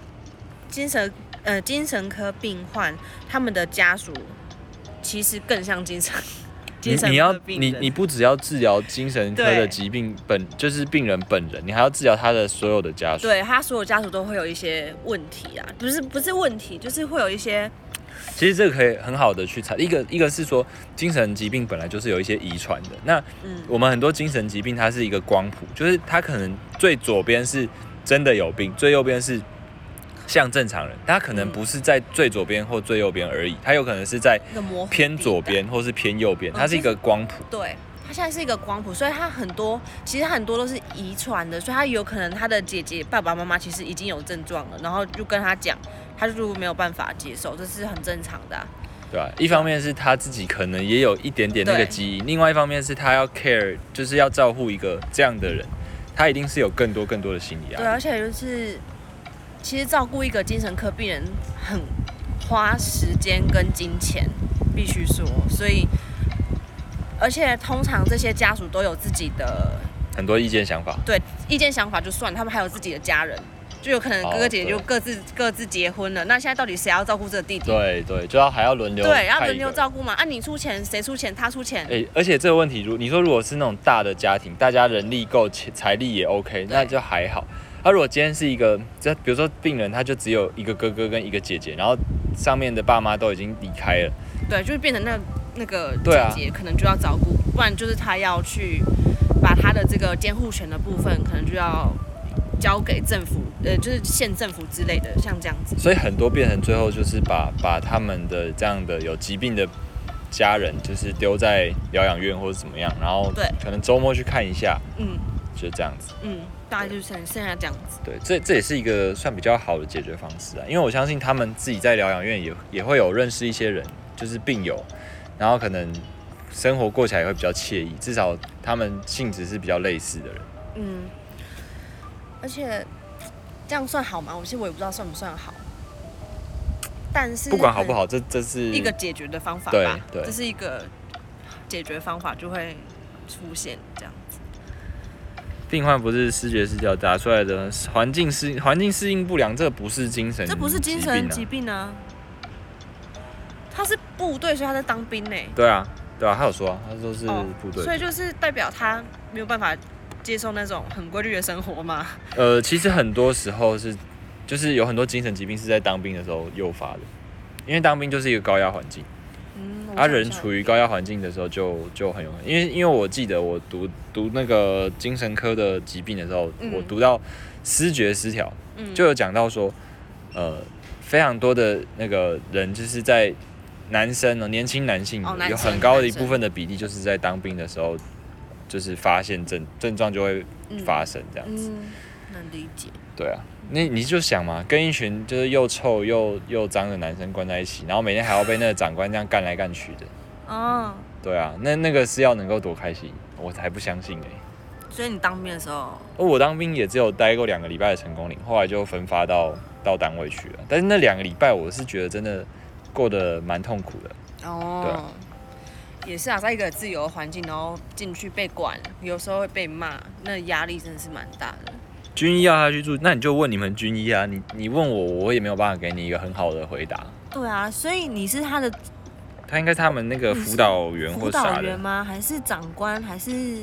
B: 科病患他们的家属其实更像精神科病人。
A: 你不只要治疗精神科的疾病就是病人本人，你还要治疗他的所有的家属。
B: 对，他所有家属都会有一些问题啊，不是问题，就是会有一些。
A: 其实这个可以很好的去查，一个是说精神疾病本来就是有一些遗传的。那我们很多精神疾病它是一个光谱，就是它可能最左边是真的有病，最右边是像正常人，它可能不是在最左边或最右边而已，它有可能是在偏左边或是偏右边，它是一个光谱。
B: 对，它现在是一个光谱，所以它其实很多都是遗传的，所以它有可能他的姐姐、爸爸妈妈其实已经有症状了，然后就跟他讲，他就没有办法接受，这是很正常的啊。
A: 对啊，一方面是他自己可能也有一点点那个基因，另外一方面是他要 care， 就是要照顾一个这样的人，他一定是有更多的心理压力。
B: 对，而且就是其实照顾一个精神科病人很花时间跟金钱，必须说，所以而且通常这些家属都有自己的
A: 很多意见想法。
B: 对，意见想法就算，他们还有自己的家人。就有可能哥哥姐姐就各自结婚了，那现在到底谁要照顾这个弟弟？
A: 对，就还要轮流，
B: 对，要轮流照顾嘛。啊，你出钱，谁出钱？他出钱。
A: 而且这个问题，你说如果是那种大的家庭，大家人力够，财力也 OK， 那就还好。如果今天是一个，比如说病人，他就只有一个哥哥跟一个姐姐，然后上面的爸妈都已经离开了，
B: 对，就是变成那个姐姐可能就要照顾，不然就是他要去把他的这个监护权的部分，可能就要交给政府，就是县政府之类的，像这样子。
A: 所以很多变成最后就是把他们的这样的有疾病的家人，就是丢在疗养院或者怎么样，然后可能周末去看一下，就这样子。
B: 大概就是剩下这样子。
A: 对，这也是一个算比较好的解决方式啊，因为我相信他们自己在疗养院也会有认识一些人，就是病友，然后可能生活过起来也会比较惬意，至少他们性质是比较类似的人。
B: 而且这样算好吗？其实我也不知道算不算好，但是
A: 不管好不好，这是
B: 一个解决的方法吧。
A: 对，
B: 这是一个解决方法，就会出现这样子。
A: 病患不是视觉失调打出来的环境适应不良，这不是精神疾病啊，
B: 这不是精神疾病啊，他是部队，所以他在当兵呢。
A: 对啊，他有说啊，他说是部队，
B: 所以就是代表他没有办法接受那种很规律的生活吗？
A: 其实很多时候就是有很多精神疾病是在当兵的时候诱发的，因为当兵就是一个高压环境。人处于高压环境的时候就很有可能，因为我记得我读那个精神科的疾病的时候，我读到思觉失调，就有讲到说，非常多的那个人就是在男生呢，年轻男性有很高的一部分的比例就是在当兵的时候，就是发现症状就会发生这样子。
B: 能理解。
A: 对啊。你就想嘛，跟一群就是又臭又脏的男生关在一起，然后每天还要被那个长官这样干来干去的。对啊，那个是要能够多开心，我才不相信
B: 所以你当兵的时候？
A: 我当兵也只有待过2个礼拜的成功岭，后来就分发到单位去了。但是那2个礼拜我是觉得真的过得蛮痛苦的。对啊。
B: 也是啊，在一个自由的环境，然后进去被管，有时候会被骂，那压力真的是蛮大的。
A: 军医要他去住，那你就问你们军医啊！你问我也没有办法给你一个很好的回答。
B: 对啊，所以你是他的，
A: 他应该是他们那个辅导员或啥的。
B: 辅导员吗？还是长官？还是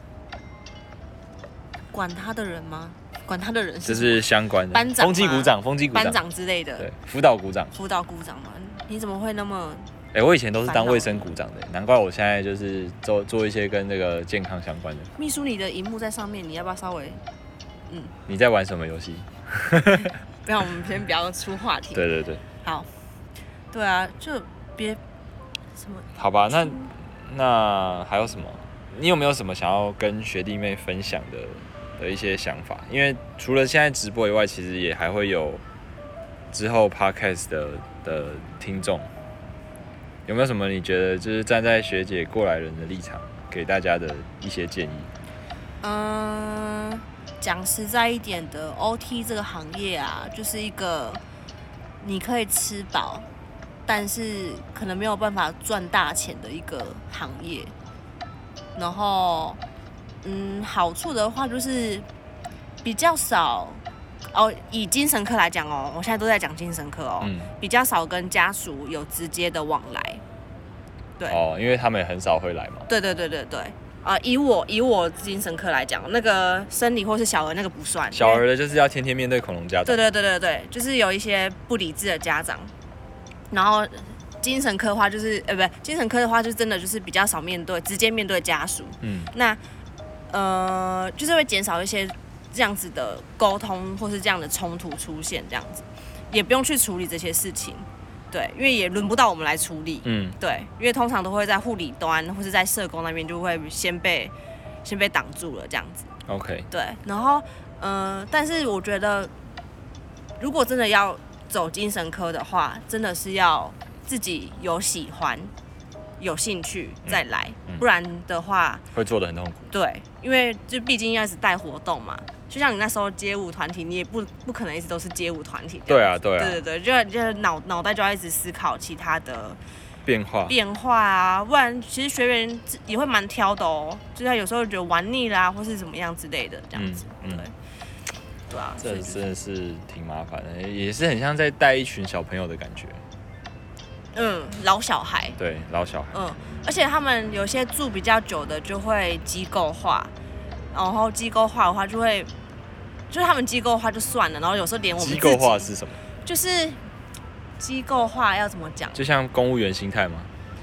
B: 管他的人吗？管他的人是
A: 这是相关的。
B: 班长、
A: 风纪股长、
B: 班长之类的。
A: 对，辅导股长。
B: 辅导股长吗？你怎么会那么？
A: 我以前都是当卫生股长的，难怪我现在就是做一些跟这个健康相关的。
B: 秘书，你的荧幕在上面，你要不要稍微？
A: 你在玩什么游戏？
B: 不然我们先不要出话题。
A: 对。
B: 好。对啊，就别什么。
A: 好吧，那还有什么？你有没有什么想要跟学弟妹分享的一些想法？因为除了现在直播以外，其实也还会有之后 podcast 的听众。有没有什么你觉得就是站在学姐过来人的立场，给大家的一些建议？
B: 讲实在一点的 ，OT 这个行业啊，就是一个你可以吃饱， 但是可能没有办法赚大钱的一个行业。然后，好处的话就是比较少哦。以精神科来讲哦，我现在都在讲精神科哦，比较少跟家属有直接的往来。对
A: 哦，因为他们也很少会来嘛。
B: 对。以我精神科来讲，那个生理或是小儿那个不算。
A: 小儿的就是要天天面对恐龙家长。
B: 对，就是有一些不理智的家长。然后精神科的话就是精神科的话就真的就是比较少直接面对家属。那就是会减少一些这样子的沟通或是这样的冲突出现，这样子也不用去处理这些事情。对，因为也轮不到我们来处理。对，因为通常都会在护理端或是在社工那边就会先被挡住了这样子。
A: OK。
B: 对，然后但是我觉得，如果真的要走精神科的话，真的是要自己有喜欢、有兴趣再来，不然的话
A: 会做得很痛苦。
B: 对，因为就毕竟要一直带活动嘛。就像你那时候街舞团体，你也不可能一直都是街舞团体。
A: 对啊，
B: 就脑袋就要一直思考其他的变化啊，不然其实学员也会蛮挑的哦。就他有时候觉得玩腻啦，或是怎么样之类的这样子。对啊，
A: 这真的是挺麻烦的，也是很像在带一群小朋友的感觉。
B: 老小孩。
A: 对，老小孩。
B: 而且他们有些住比较久的就会机构化，然后机构化的话就是他们机构化就算了，然后有时候连我们自己
A: 机构化是什么？
B: 就是机构化要怎么讲？
A: 就像公务员心态吗？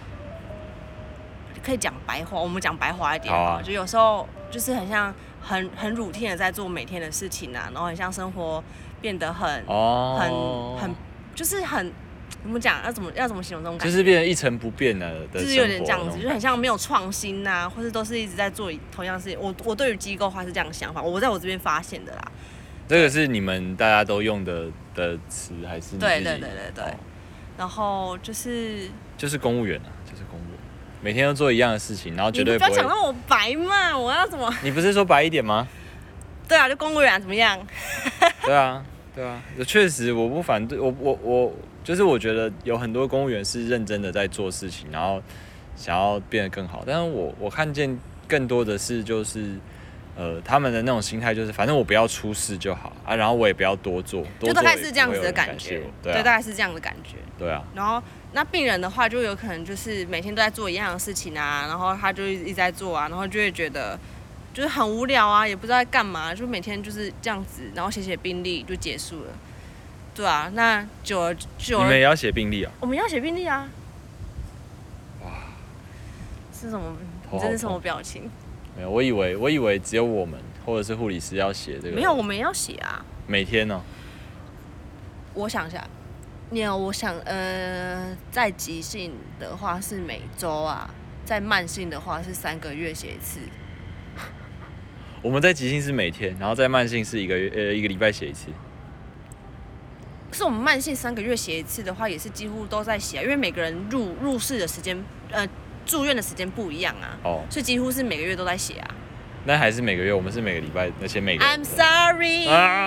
B: 可以讲白话，我们讲白话一点。
A: 好啊。
B: 就有时候就是很像很routine的在做每天的事情啊，然后很像生活变得很就是很怎么讲？要怎么形容这种感觉？
A: 就是变成一成不变的
B: 就是有点这样子，就很像没有创新啊，或是都是一直在做同样事情。我对于机构化是这样的想法，我在我这边发现的啦。
A: 这个是你们大家都用的词，还是你自己？
B: 对。然后就是
A: 公务员啊，就是公务员，每天都做一样的事情，然后绝对不会。
B: 你不要讲到我白嘛，我要怎么？
A: 你不是说白一点吗？
B: 对啊，就公务员怎么样？
A: 对啊，确实我不反对，我就是我觉得有很多公务员是认真的在做事情，然后想要变得更好，但是我看见更多的是就是他们的那种心态就是，反正我不要出事就好啊，然后我也不要多做，
B: 就大概是这样子的感觉。
A: 对，
B: 大概是这样的感觉。
A: 对啊。
B: 然后那病人的话，就有可能就是每天都在做一样的事情啊，然后他就一直在做啊，然后就会觉得就是很无聊啊，也不知道在干嘛，就每天就是这样子，然后写病历就结束了。对啊，那久了，你
A: 们也要写病历啊？
B: 我们要写病历啊。
A: 哇，
B: 是什么？你这是什么表情？
A: 没有，我以为只有我们或者是护理师要写这个。
B: 没有，我们也要写啊。
A: 每天哦。
B: 我想一下，我想在急性的话是每周啊，在慢性的话是3个月写一次。
A: 我们在急性是每天，然后在慢性是一个礼拜写一次。
B: 可是我们慢性3个月写一次的话，也是几乎都在写啊，因为每个人入室的时间，住院的时间不一样啊，所以几乎是每个月都在写啊。
A: 那还是每个月，我们是每个礼拜，而且每个。
B: I'm sorry，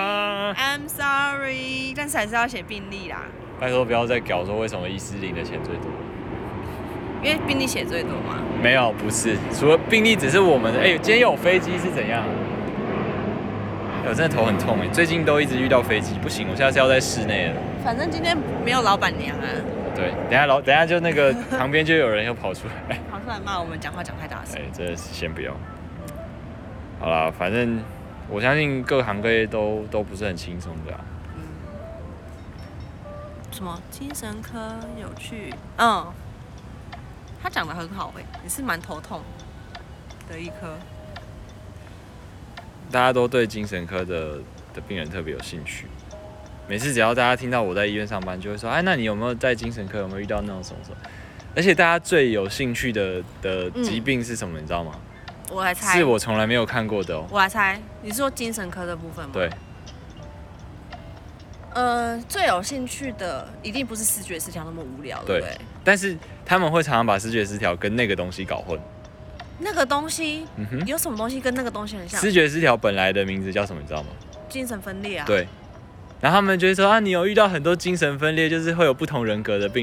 B: I'm sorry， 但是还是要写病历啦。
A: 拜托不要再搞说为什么医师领的钱最多，
B: 因为病历写最多嘛。
A: 没有，不是，除了病历只是我们的。今天有飞机是怎样？我真的头很痛最近都一直遇到飞机，不行，我现在是要在室内了。
B: 反正今天没有老板娘啊。
A: 对，等一下就那个旁边就有人又跑出来，
B: 跑出来骂我们讲话讲太大声。
A: 真的是先不要。好啦，反正我相信各行各业都不是很轻松的啊。
B: 什么精神科有趣？他讲得很好也是蛮头痛的一科。
A: 大家都对精神科的病人特别有兴趣。每次只要大家听到我在医院上班，就会说：“那你有没有在精神科有没有遇到那种什么什么？”而且大家最有兴趣的疾病是什么？你知道吗？
B: 我来猜。
A: 是我从来没有看过的哦。
B: 我来猜，你是说精神科的部分吗？
A: 对。
B: 最有兴趣的一定不是视觉失调那么无聊，对不对？
A: 但是他们会常常把视觉失调跟那个东西搞混。
B: 那个东西，有什么东西跟那个东西很像？
A: 视觉失调本来的名字叫什么？你知道吗？
B: 精神分裂啊。
A: 对。然后他们就会说：“你有遇到很多精神分裂，就是会有不同人格的病人吗？”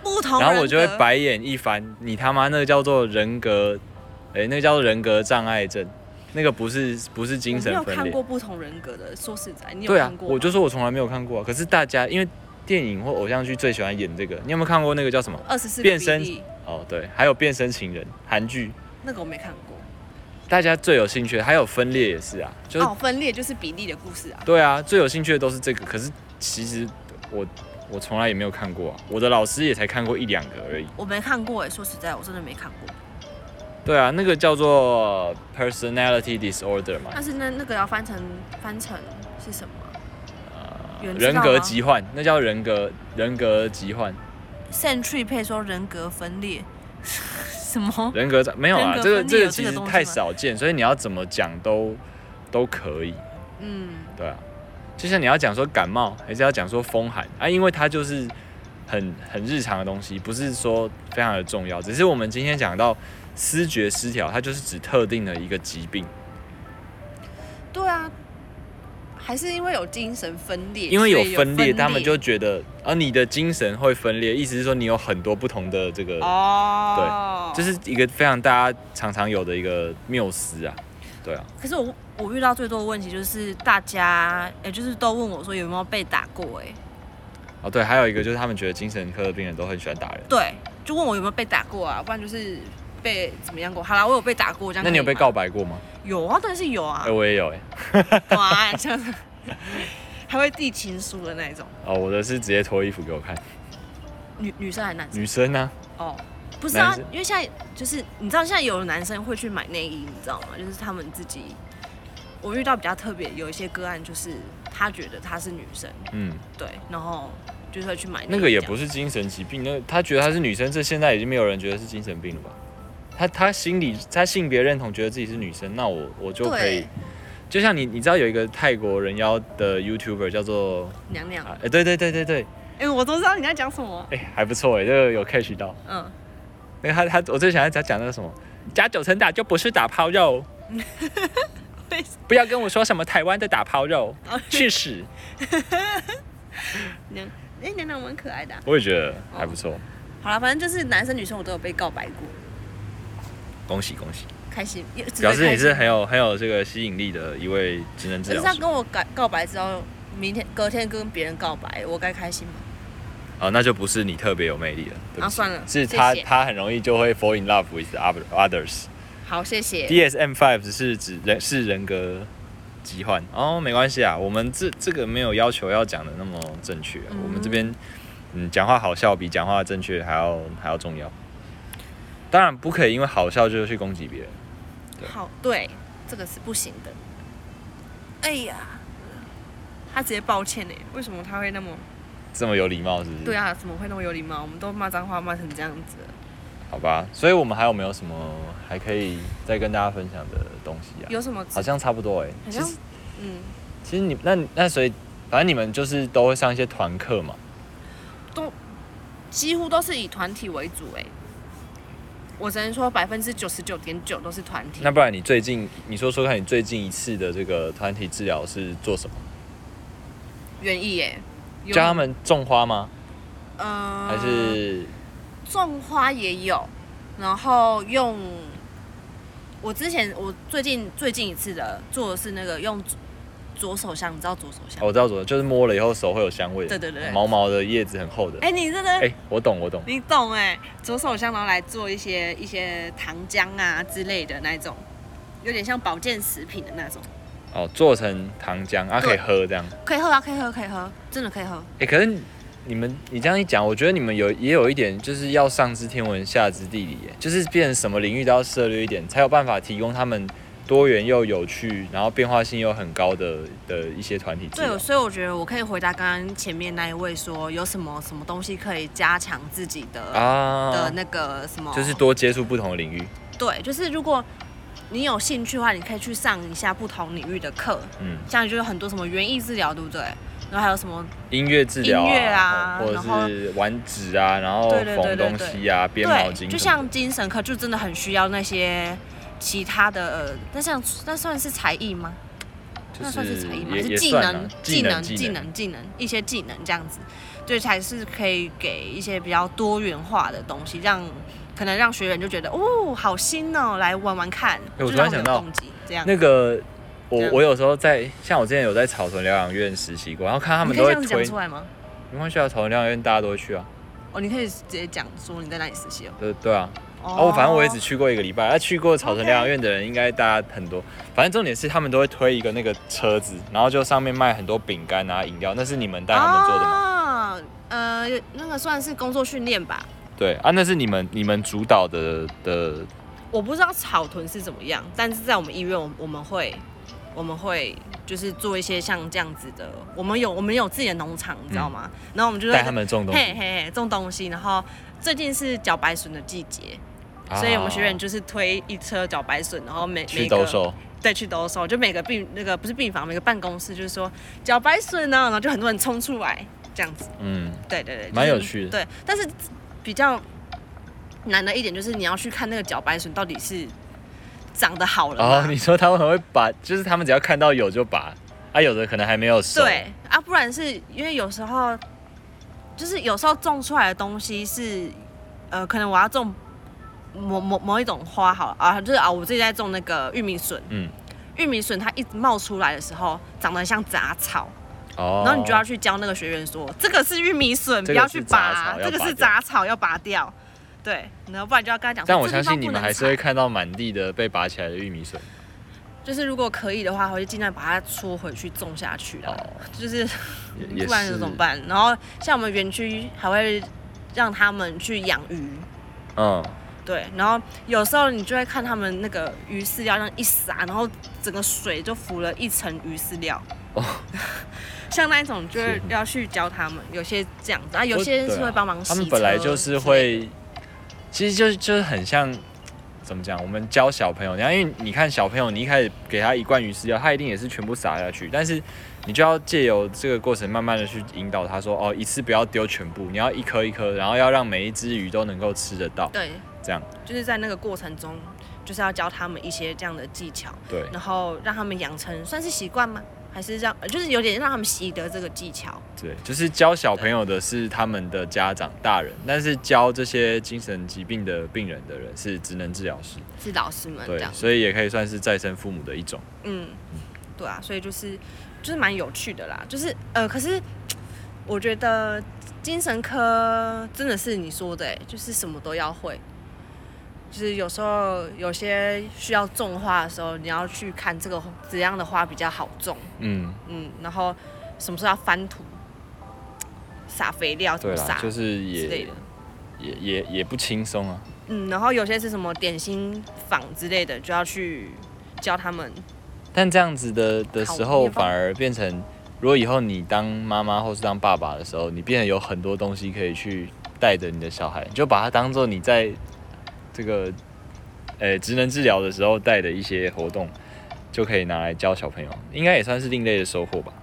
B: 不同人格，
A: 然后我就会白眼一番，你他妈那个叫做人格，那个叫做人格障碍症，那个不是精神分裂。
B: 我没有看过不同人格的，说实在，你有
A: 对啊
B: 看过吗？
A: 我就说我从来没有看过啊。可是大家因为电影或偶像剧最喜欢演这个，你有没有看过那个叫什么
B: 24
A: 变身？哦，对，还有变身情人，韩剧，
B: 那个我没看过。
A: 大家最有兴趣的，还有分裂也是啊，就是
B: 分裂就是比利的故事啊。
A: 对啊，最有兴趣的都是这个。可是其实我从来也没有看过啊，我的老师也才看过1-2个而已。
B: 我没看过说实在，我真的没看过。
A: 对啊，那个叫做 personality disorder 嘛。
B: 但是那个要翻成是什么
A: 人格疾患，那叫人格疾患。
B: Century 配说人格分裂，什么？
A: 人格没有啊，这个其实太少见，所以你要怎么讲都可以。对啊，就像你要讲说感冒，还是要讲说风寒啊，因为它就是很日常的东西，不是说非常的重要。只是我们今天讲到思觉失调，它就是指特定的一个疾病。
B: 对啊。还是因为有精神分裂，
A: 因为有分裂，他们就觉得，你的精神会分裂，意思是说你有很多不同的这个，对，这是一个非常大家常常有的一个谬思啊，对啊。
B: 可是我遇到最多的问题就是大家，就是都问我说有没有被打过，
A: 对，还有一个就是他们觉得精神科的病人都很喜欢打人，
B: 对，就问我有没有被打过啊，不然就是被怎么样过。好啦，我有被打过，这样。
A: 那你有被告白过吗？
B: 有啊，当然是有啊。
A: 我也有
B: 哇，这样子还会递情书的那种。
A: 我的是直接脱衣服给我看。
B: 女生还是男生？
A: 女生啊。
B: 不是啊，因为现在就是你知道，现在有的男生会去买内衣，你知道吗？就是他们自己，我遇到比较特别，有一些个案就是他觉得他是女生，对，然后就是会去买内衣。
A: 那个也不是精神疾病，那他觉得他是女生，这现在已经没有人觉得是精神病了吧？他心里他性别认同觉得自己是女生，那我就可以，就像你知道有一个泰国人妖的 YouTuber 叫做
B: 娘娘，
A: 对，
B: 我都知道你在讲什么，
A: 还不错这个有 catch 到，那个他我最想要讲那个什么加9层打就不是打抛肉，不要跟我说什么台湾的打抛肉，去死！
B: 娘娘蛮可爱的，
A: 我也觉得还不错。
B: 好了，反正就是男生女生我都有被告白过。
A: 恭喜，
B: 开心，
A: 表示你是很有这个吸引力的一位职能治疗师。
B: 可是他跟我告白之后，隔天跟别人告白，我该开心吗？
A: 那就不是你特别有魅力了。
B: 算了，
A: 是他很容易就会 fall in love with others。
B: 好，谢谢。
A: DSM-5 是人格疾患没关系啊，我们这个没有要求要讲的那么正确，我们这边讲话好笑比讲话正确还要重要。当然不可以因为好笑就去攻击别人。
B: 对，这个是不行的。哎呀，他直接抱歉为什么他会
A: 这么有礼貌？是不是？
B: 对啊，怎么会那么有礼貌？我们都骂脏话骂成这样子了。
A: 好吧，所以我们还有没有什么还可以再跟大家分享的东西啊？
B: 有什么？
A: 好像差不多
B: 其实
A: 你那所以反正你们就是都会上一些团课嘛？
B: 几乎都是以团体为主我只能说99.9%都是团体。
A: 那不然你说看你最近一次的这个团体治疗是做什么？
B: 园艺
A: 教他们种花吗？还是
B: 种花也有，然后我最近一次的做的是那个用左手香，你知道左手香？
A: 我知道左手，就是摸了以后手会有香味的。
B: 对，
A: 毛毛的叶子很厚的。
B: 你真的？
A: 我懂。
B: 你懂左手香然后来做一些糖浆啊之类的那种，有点像保健食品的那种。
A: 做成糖浆可以喝这样。
B: 可以喝啊，可以喝，真的可以喝。
A: 可是你这样一讲，我觉得你们也有一点就是要上知天文下知地理就是变成什么领域都要涉猎一点，才有办法提供他们多元又有趣，然后变化性又很高的一些团体治疗。
B: 对，所以我觉得我可以回答刚刚前面那一位说，有什么东西可以加强自己的那个什么，
A: 就是多接触不同的领域。
B: 对，就是如果你有兴趣的话，你可以去上一下不同领域的课。像就是很多什么园艺治疗，对不对？然后还有什么
A: 音乐治疗或者
B: 然
A: 是玩纸啊，然后缝东西啊，编毛巾。
B: 就像精神科，就真的很需要那些其他的，那算是才艺吗？ 那算是才艺吗？
A: 也
B: 是技
A: 算啊
B: 能、
A: 技
B: 能一些技能这样子，对，才是可以给一些比较多元化的东西，可能让学员就觉得哦，好新哦，来玩玩看。
A: 我突然想到，
B: 这样
A: 那个我有时候像我之前有在草屯疗养院实习过，然后看他们都会推。
B: 你可以这样讲出来吗？
A: 没关系啊，草屯疗养院大家都会去啊。
B: 哦，你可以直接讲说你在哪里实习哦。
A: 对啊。反正我也只去过1个礼拜。去过草屯疗养院的人应该大家很多。反正重点是他们都会推一个那个车子，然后就上面卖很多饼干啊、饮料，那是你们带他们做的吗？
B: 那个算是工作训练吧。
A: 对啊，那是你们主导的。
B: 我不知道草屯是怎么样，但是在我们医院，我们会就是做一些像这样子的，我们有自己的农场，你知道吗？然后我们就
A: 带他们种东西，
B: 种东西。然后最近是茭白笋的季节，所以我们学员就是推一车茭白笋，然后
A: 去兜售。
B: 对，去兜售，就每个不是病房，每个办公室就是说茭白笋呢，然后就很多人冲出来这样子。对，
A: 蛮有趣的。
B: 对，但是比较难的一点就是你要去看那个茭白笋到底是长得好了吗？
A: 你说他们很会拔，就是他们只要看到有就拔，有的可能还没有熟。
B: 对啊，不然是因为有时候种出来的东西是可能我要种某一种花好了就是我自己在种那个玉米笋。玉米笋它一直冒出来的时候，长得很像杂草。然后你就要去教那个学员说，这个是玉米笋，不要去拔，这个是杂草，要拔掉。对，然后不然就要跟他讲。
A: 但我相信你们还是会看到满地的被拔起来的玉米笋。
B: 就是如果可以的话，我就尽量把它戳回去种下去啦。就是不然怎么办？然后像我们园区还会让他们去养鱼。对，然后有时候你就会看他们那个鱼饲料这样一撒，然后整个水就浮了一层鱼饲料。像那一种就是要去教他们，有些这样子有些是会帮忙洗车。
A: 他们本来就是会，其实就是很像怎么讲？我们教小朋友，因为你看小朋友，你一开始给他一罐鱼饲料，他一定也是全部撒下去，但是你就要借由这个过程，慢慢的去引导他说，一次不要丢全部，你要一颗一颗，然后要让每一只鱼都能够吃得到。
B: 对。
A: 这样
B: 就是在那个过程中，就是要教他们一些这样的技巧，
A: 对，
B: 然后让他们养成算是习惯吗？还是就是有点让他们习得这个技巧？
A: 对，就是教小朋友的是他们的家长大人，但是教这些精神疾病的病人的人是职能治疗师，
B: 是老师们这样，
A: 对，所以也可以算是再生父母的一种。
B: 对啊，所以就是蛮有趣的啦，就是可是我觉得精神科真的是你说的就是什么都要会。就是有时候有些需要种花的时候，你要去看这个怎样的花比较好种。然后什么时候要翻土、撒肥料怎么撒，
A: 就是
B: 之类的，
A: 也不轻松啊。
B: 然后有些是什么点心坊之类的，就要去教他们。
A: 但这样子的时候，反而变成，如果以后你当妈妈或是当爸爸的时候，你变得有很多东西可以去带着你的小孩，你就把它当做你在这个职能治疗的时候带的一些活动，就可以拿来教小朋友，应该也算是另类的收获吧。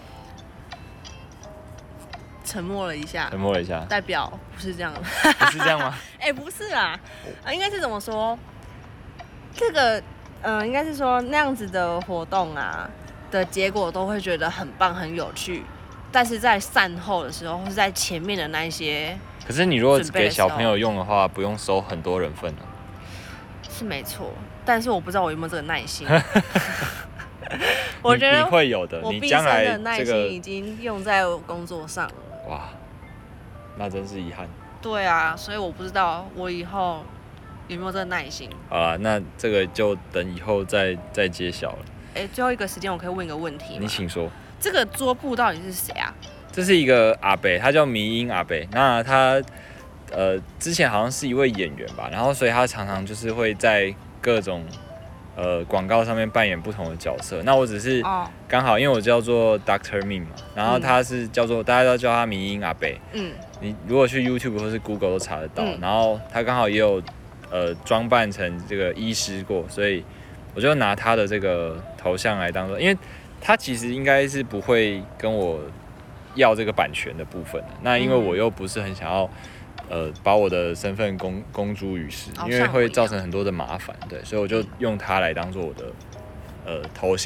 B: 沉默了一下，代表不是这样的。
A: 不是这样吗？
B: 不是啦，应该是怎么说？这个应该是说那样子的活动啊的结果都会觉得很棒很有趣，但是在善后的时候或是在前面的那一些，
A: 可是你如果给小朋友用的话，不用收很多人份啊。
B: 是没错，但是我不知道我有没有这个耐心。我觉得
A: 你会有的，
B: 我毕生的耐心已经用在我工作上了。
A: 哇，那真是遗憾。
B: 对啊，所以我不知道我以后有没有这个耐心。
A: 好啦，那这个就等以后再揭晓了。
B: 最后一个时间我可以问一个问题吗？
A: 你请说。
B: 这个桌布到底是谁啊？
A: 这是一个阿伯，他叫迷音阿伯。那他之前好像是一位演员吧，然后所以他常常就是会在各种广告上面扮演不同的角色。那我只是刚好因为我叫做 Dr. Min 嘛，然后他是叫做大家都叫他迷音阿伯。你如果去 YouTube 或是 Google 都查得到。然后他刚好也有装扮成这个医师过，所以我就拿他的这个头像来当做，因为他其实应该是不会跟我要这个版权的部分的。那因为我又不是很想要把我的身份公诸于世，因为会造成很多的麻烦，对，所以我就用它来当做我的头像。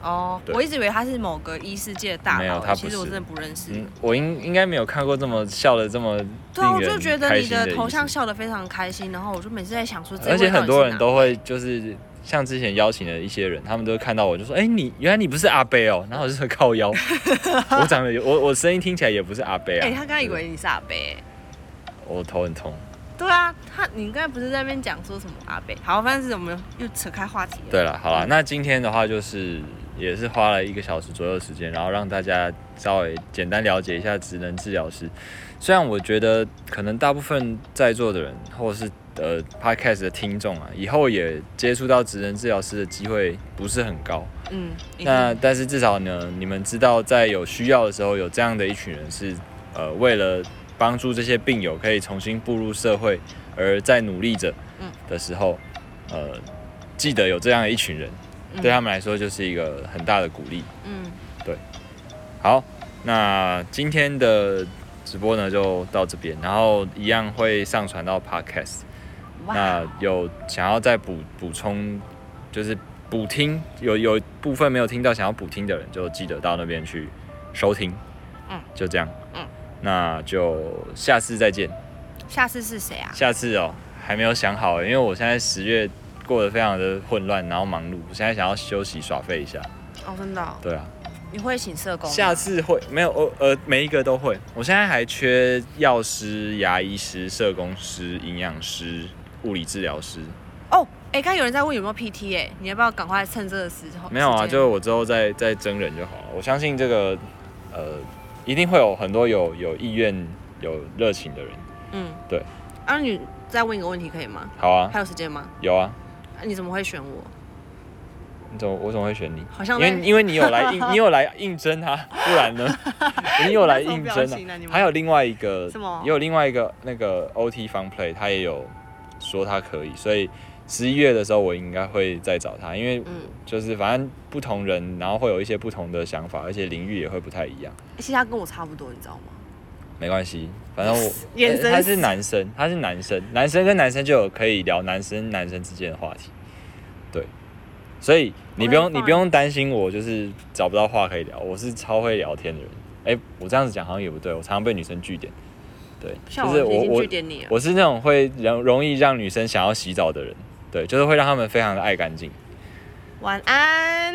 B: 哦，我一直以为他是某个医世界的大佬，
A: 没有，他不是。
B: 其实我真的不认识。
A: 我应该没有看过这么笑的这么
B: 对啊，我
A: 令人
B: 就觉得你
A: 开心的
B: 的头像笑得非常开心，然后我就每次在想说，
A: 而且很多人都会就是像之前邀请的一些人，他们都会看到我就说，原来你不是阿伯哦，然后我就说靠腰，我长得我声音听起来也不是阿伯啊。
B: 他刚刚以为你是阿伯。
A: 我头很痛。
B: 对啊，你刚才不是在那边讲说什么阿伯？好，反正是我们又扯开话题了。
A: 对了，好了，那今天的话就是也是花了1个小时左右的时间，然后让大家稍微简单了解一下职能治疗师。虽然我觉得可能大部分在座的人或者是podcast 的听众啊，以后也接触到职能治疗师的机会不是很高。但是至少呢，你们知道在有需要的时候，有这样的一群人是为了帮助这些病友可以重新步入社会而在努力着的时候，记得有这样的一群人，对他们来说就是一个很大的鼓励。对。好，那今天的直播呢就到这边，然后一样会上传到 podcast。那有想要再补充，就是补听，有部分没有听到想要补听的人，就记得到那边去收听。就这样。那就下次再见。
B: 下次是谁啊？
A: 下次还没有想好，因为我现在10月过得非常的混乱，然后忙碌，我现在想要休息耍废一下。
B: 真的。
A: 对啊。
B: 你会请社工吗？
A: 下次会，没有每一个都会。我现在还缺药师、牙医师、社工师、营养师、物理治疗师。
B: 刚刚有人在问有没有 PT 你要不要赶快趁这个时候？
A: 没有啊，就我之后再征人就好了。我相信这个一定会有很多有意愿、有热情的人。对。
B: 你再问一个问题可以吗？
A: 好啊。
B: 还有时间吗？
A: 有啊。
B: 你怎么会选我？
A: 我怎么会选你？
B: 好像
A: 因为你有来应征啊，不然呢？你有来应征啊。还有另外一个，也有另外一个那个 OT Fun Play， 他也有说他可以，所以11月的时候我应该会再找他，因为就是反正不同人，然后会有一些不同的想法，而且领域也会不太一样。
B: 其实他跟我差不多，你知道吗？
A: 没关系，反正他是男生，男生跟男生就有可以聊男生之间的话题。对。所以你不用担心我就是找不到话可以聊，我是超会聊天的人。我这样子讲好像也不对，我常常被女生句点。对，就是我是那种会容易让女生想要洗澡的人。对，就是会让他们非常的爱干净。
B: 晚安。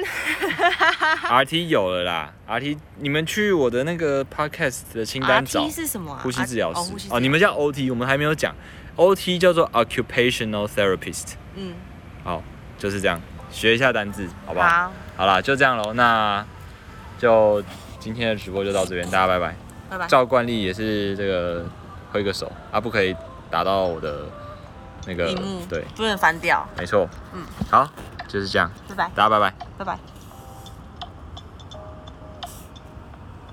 A: RT 有了啦 ，RT 你们去我的那个 podcast 的清单找。
B: RT 是什么啊？
A: 呼吸治疗师。你们叫 OT， 我们还没有讲。OT 叫做 Occupational Therapist。好，就是这样。学一下单字，好不好？好啦，就这样咯。那就今天的直播就到这边，大家拜拜。
B: 拜拜。
A: 照惯例也是这个挥个手啊，不可以打到我的那个
B: 屏幕，
A: 对，
B: 不能翻掉。
A: 没错。好，就是这样。
B: 拜拜。
A: 大家拜拜。
B: 拜拜。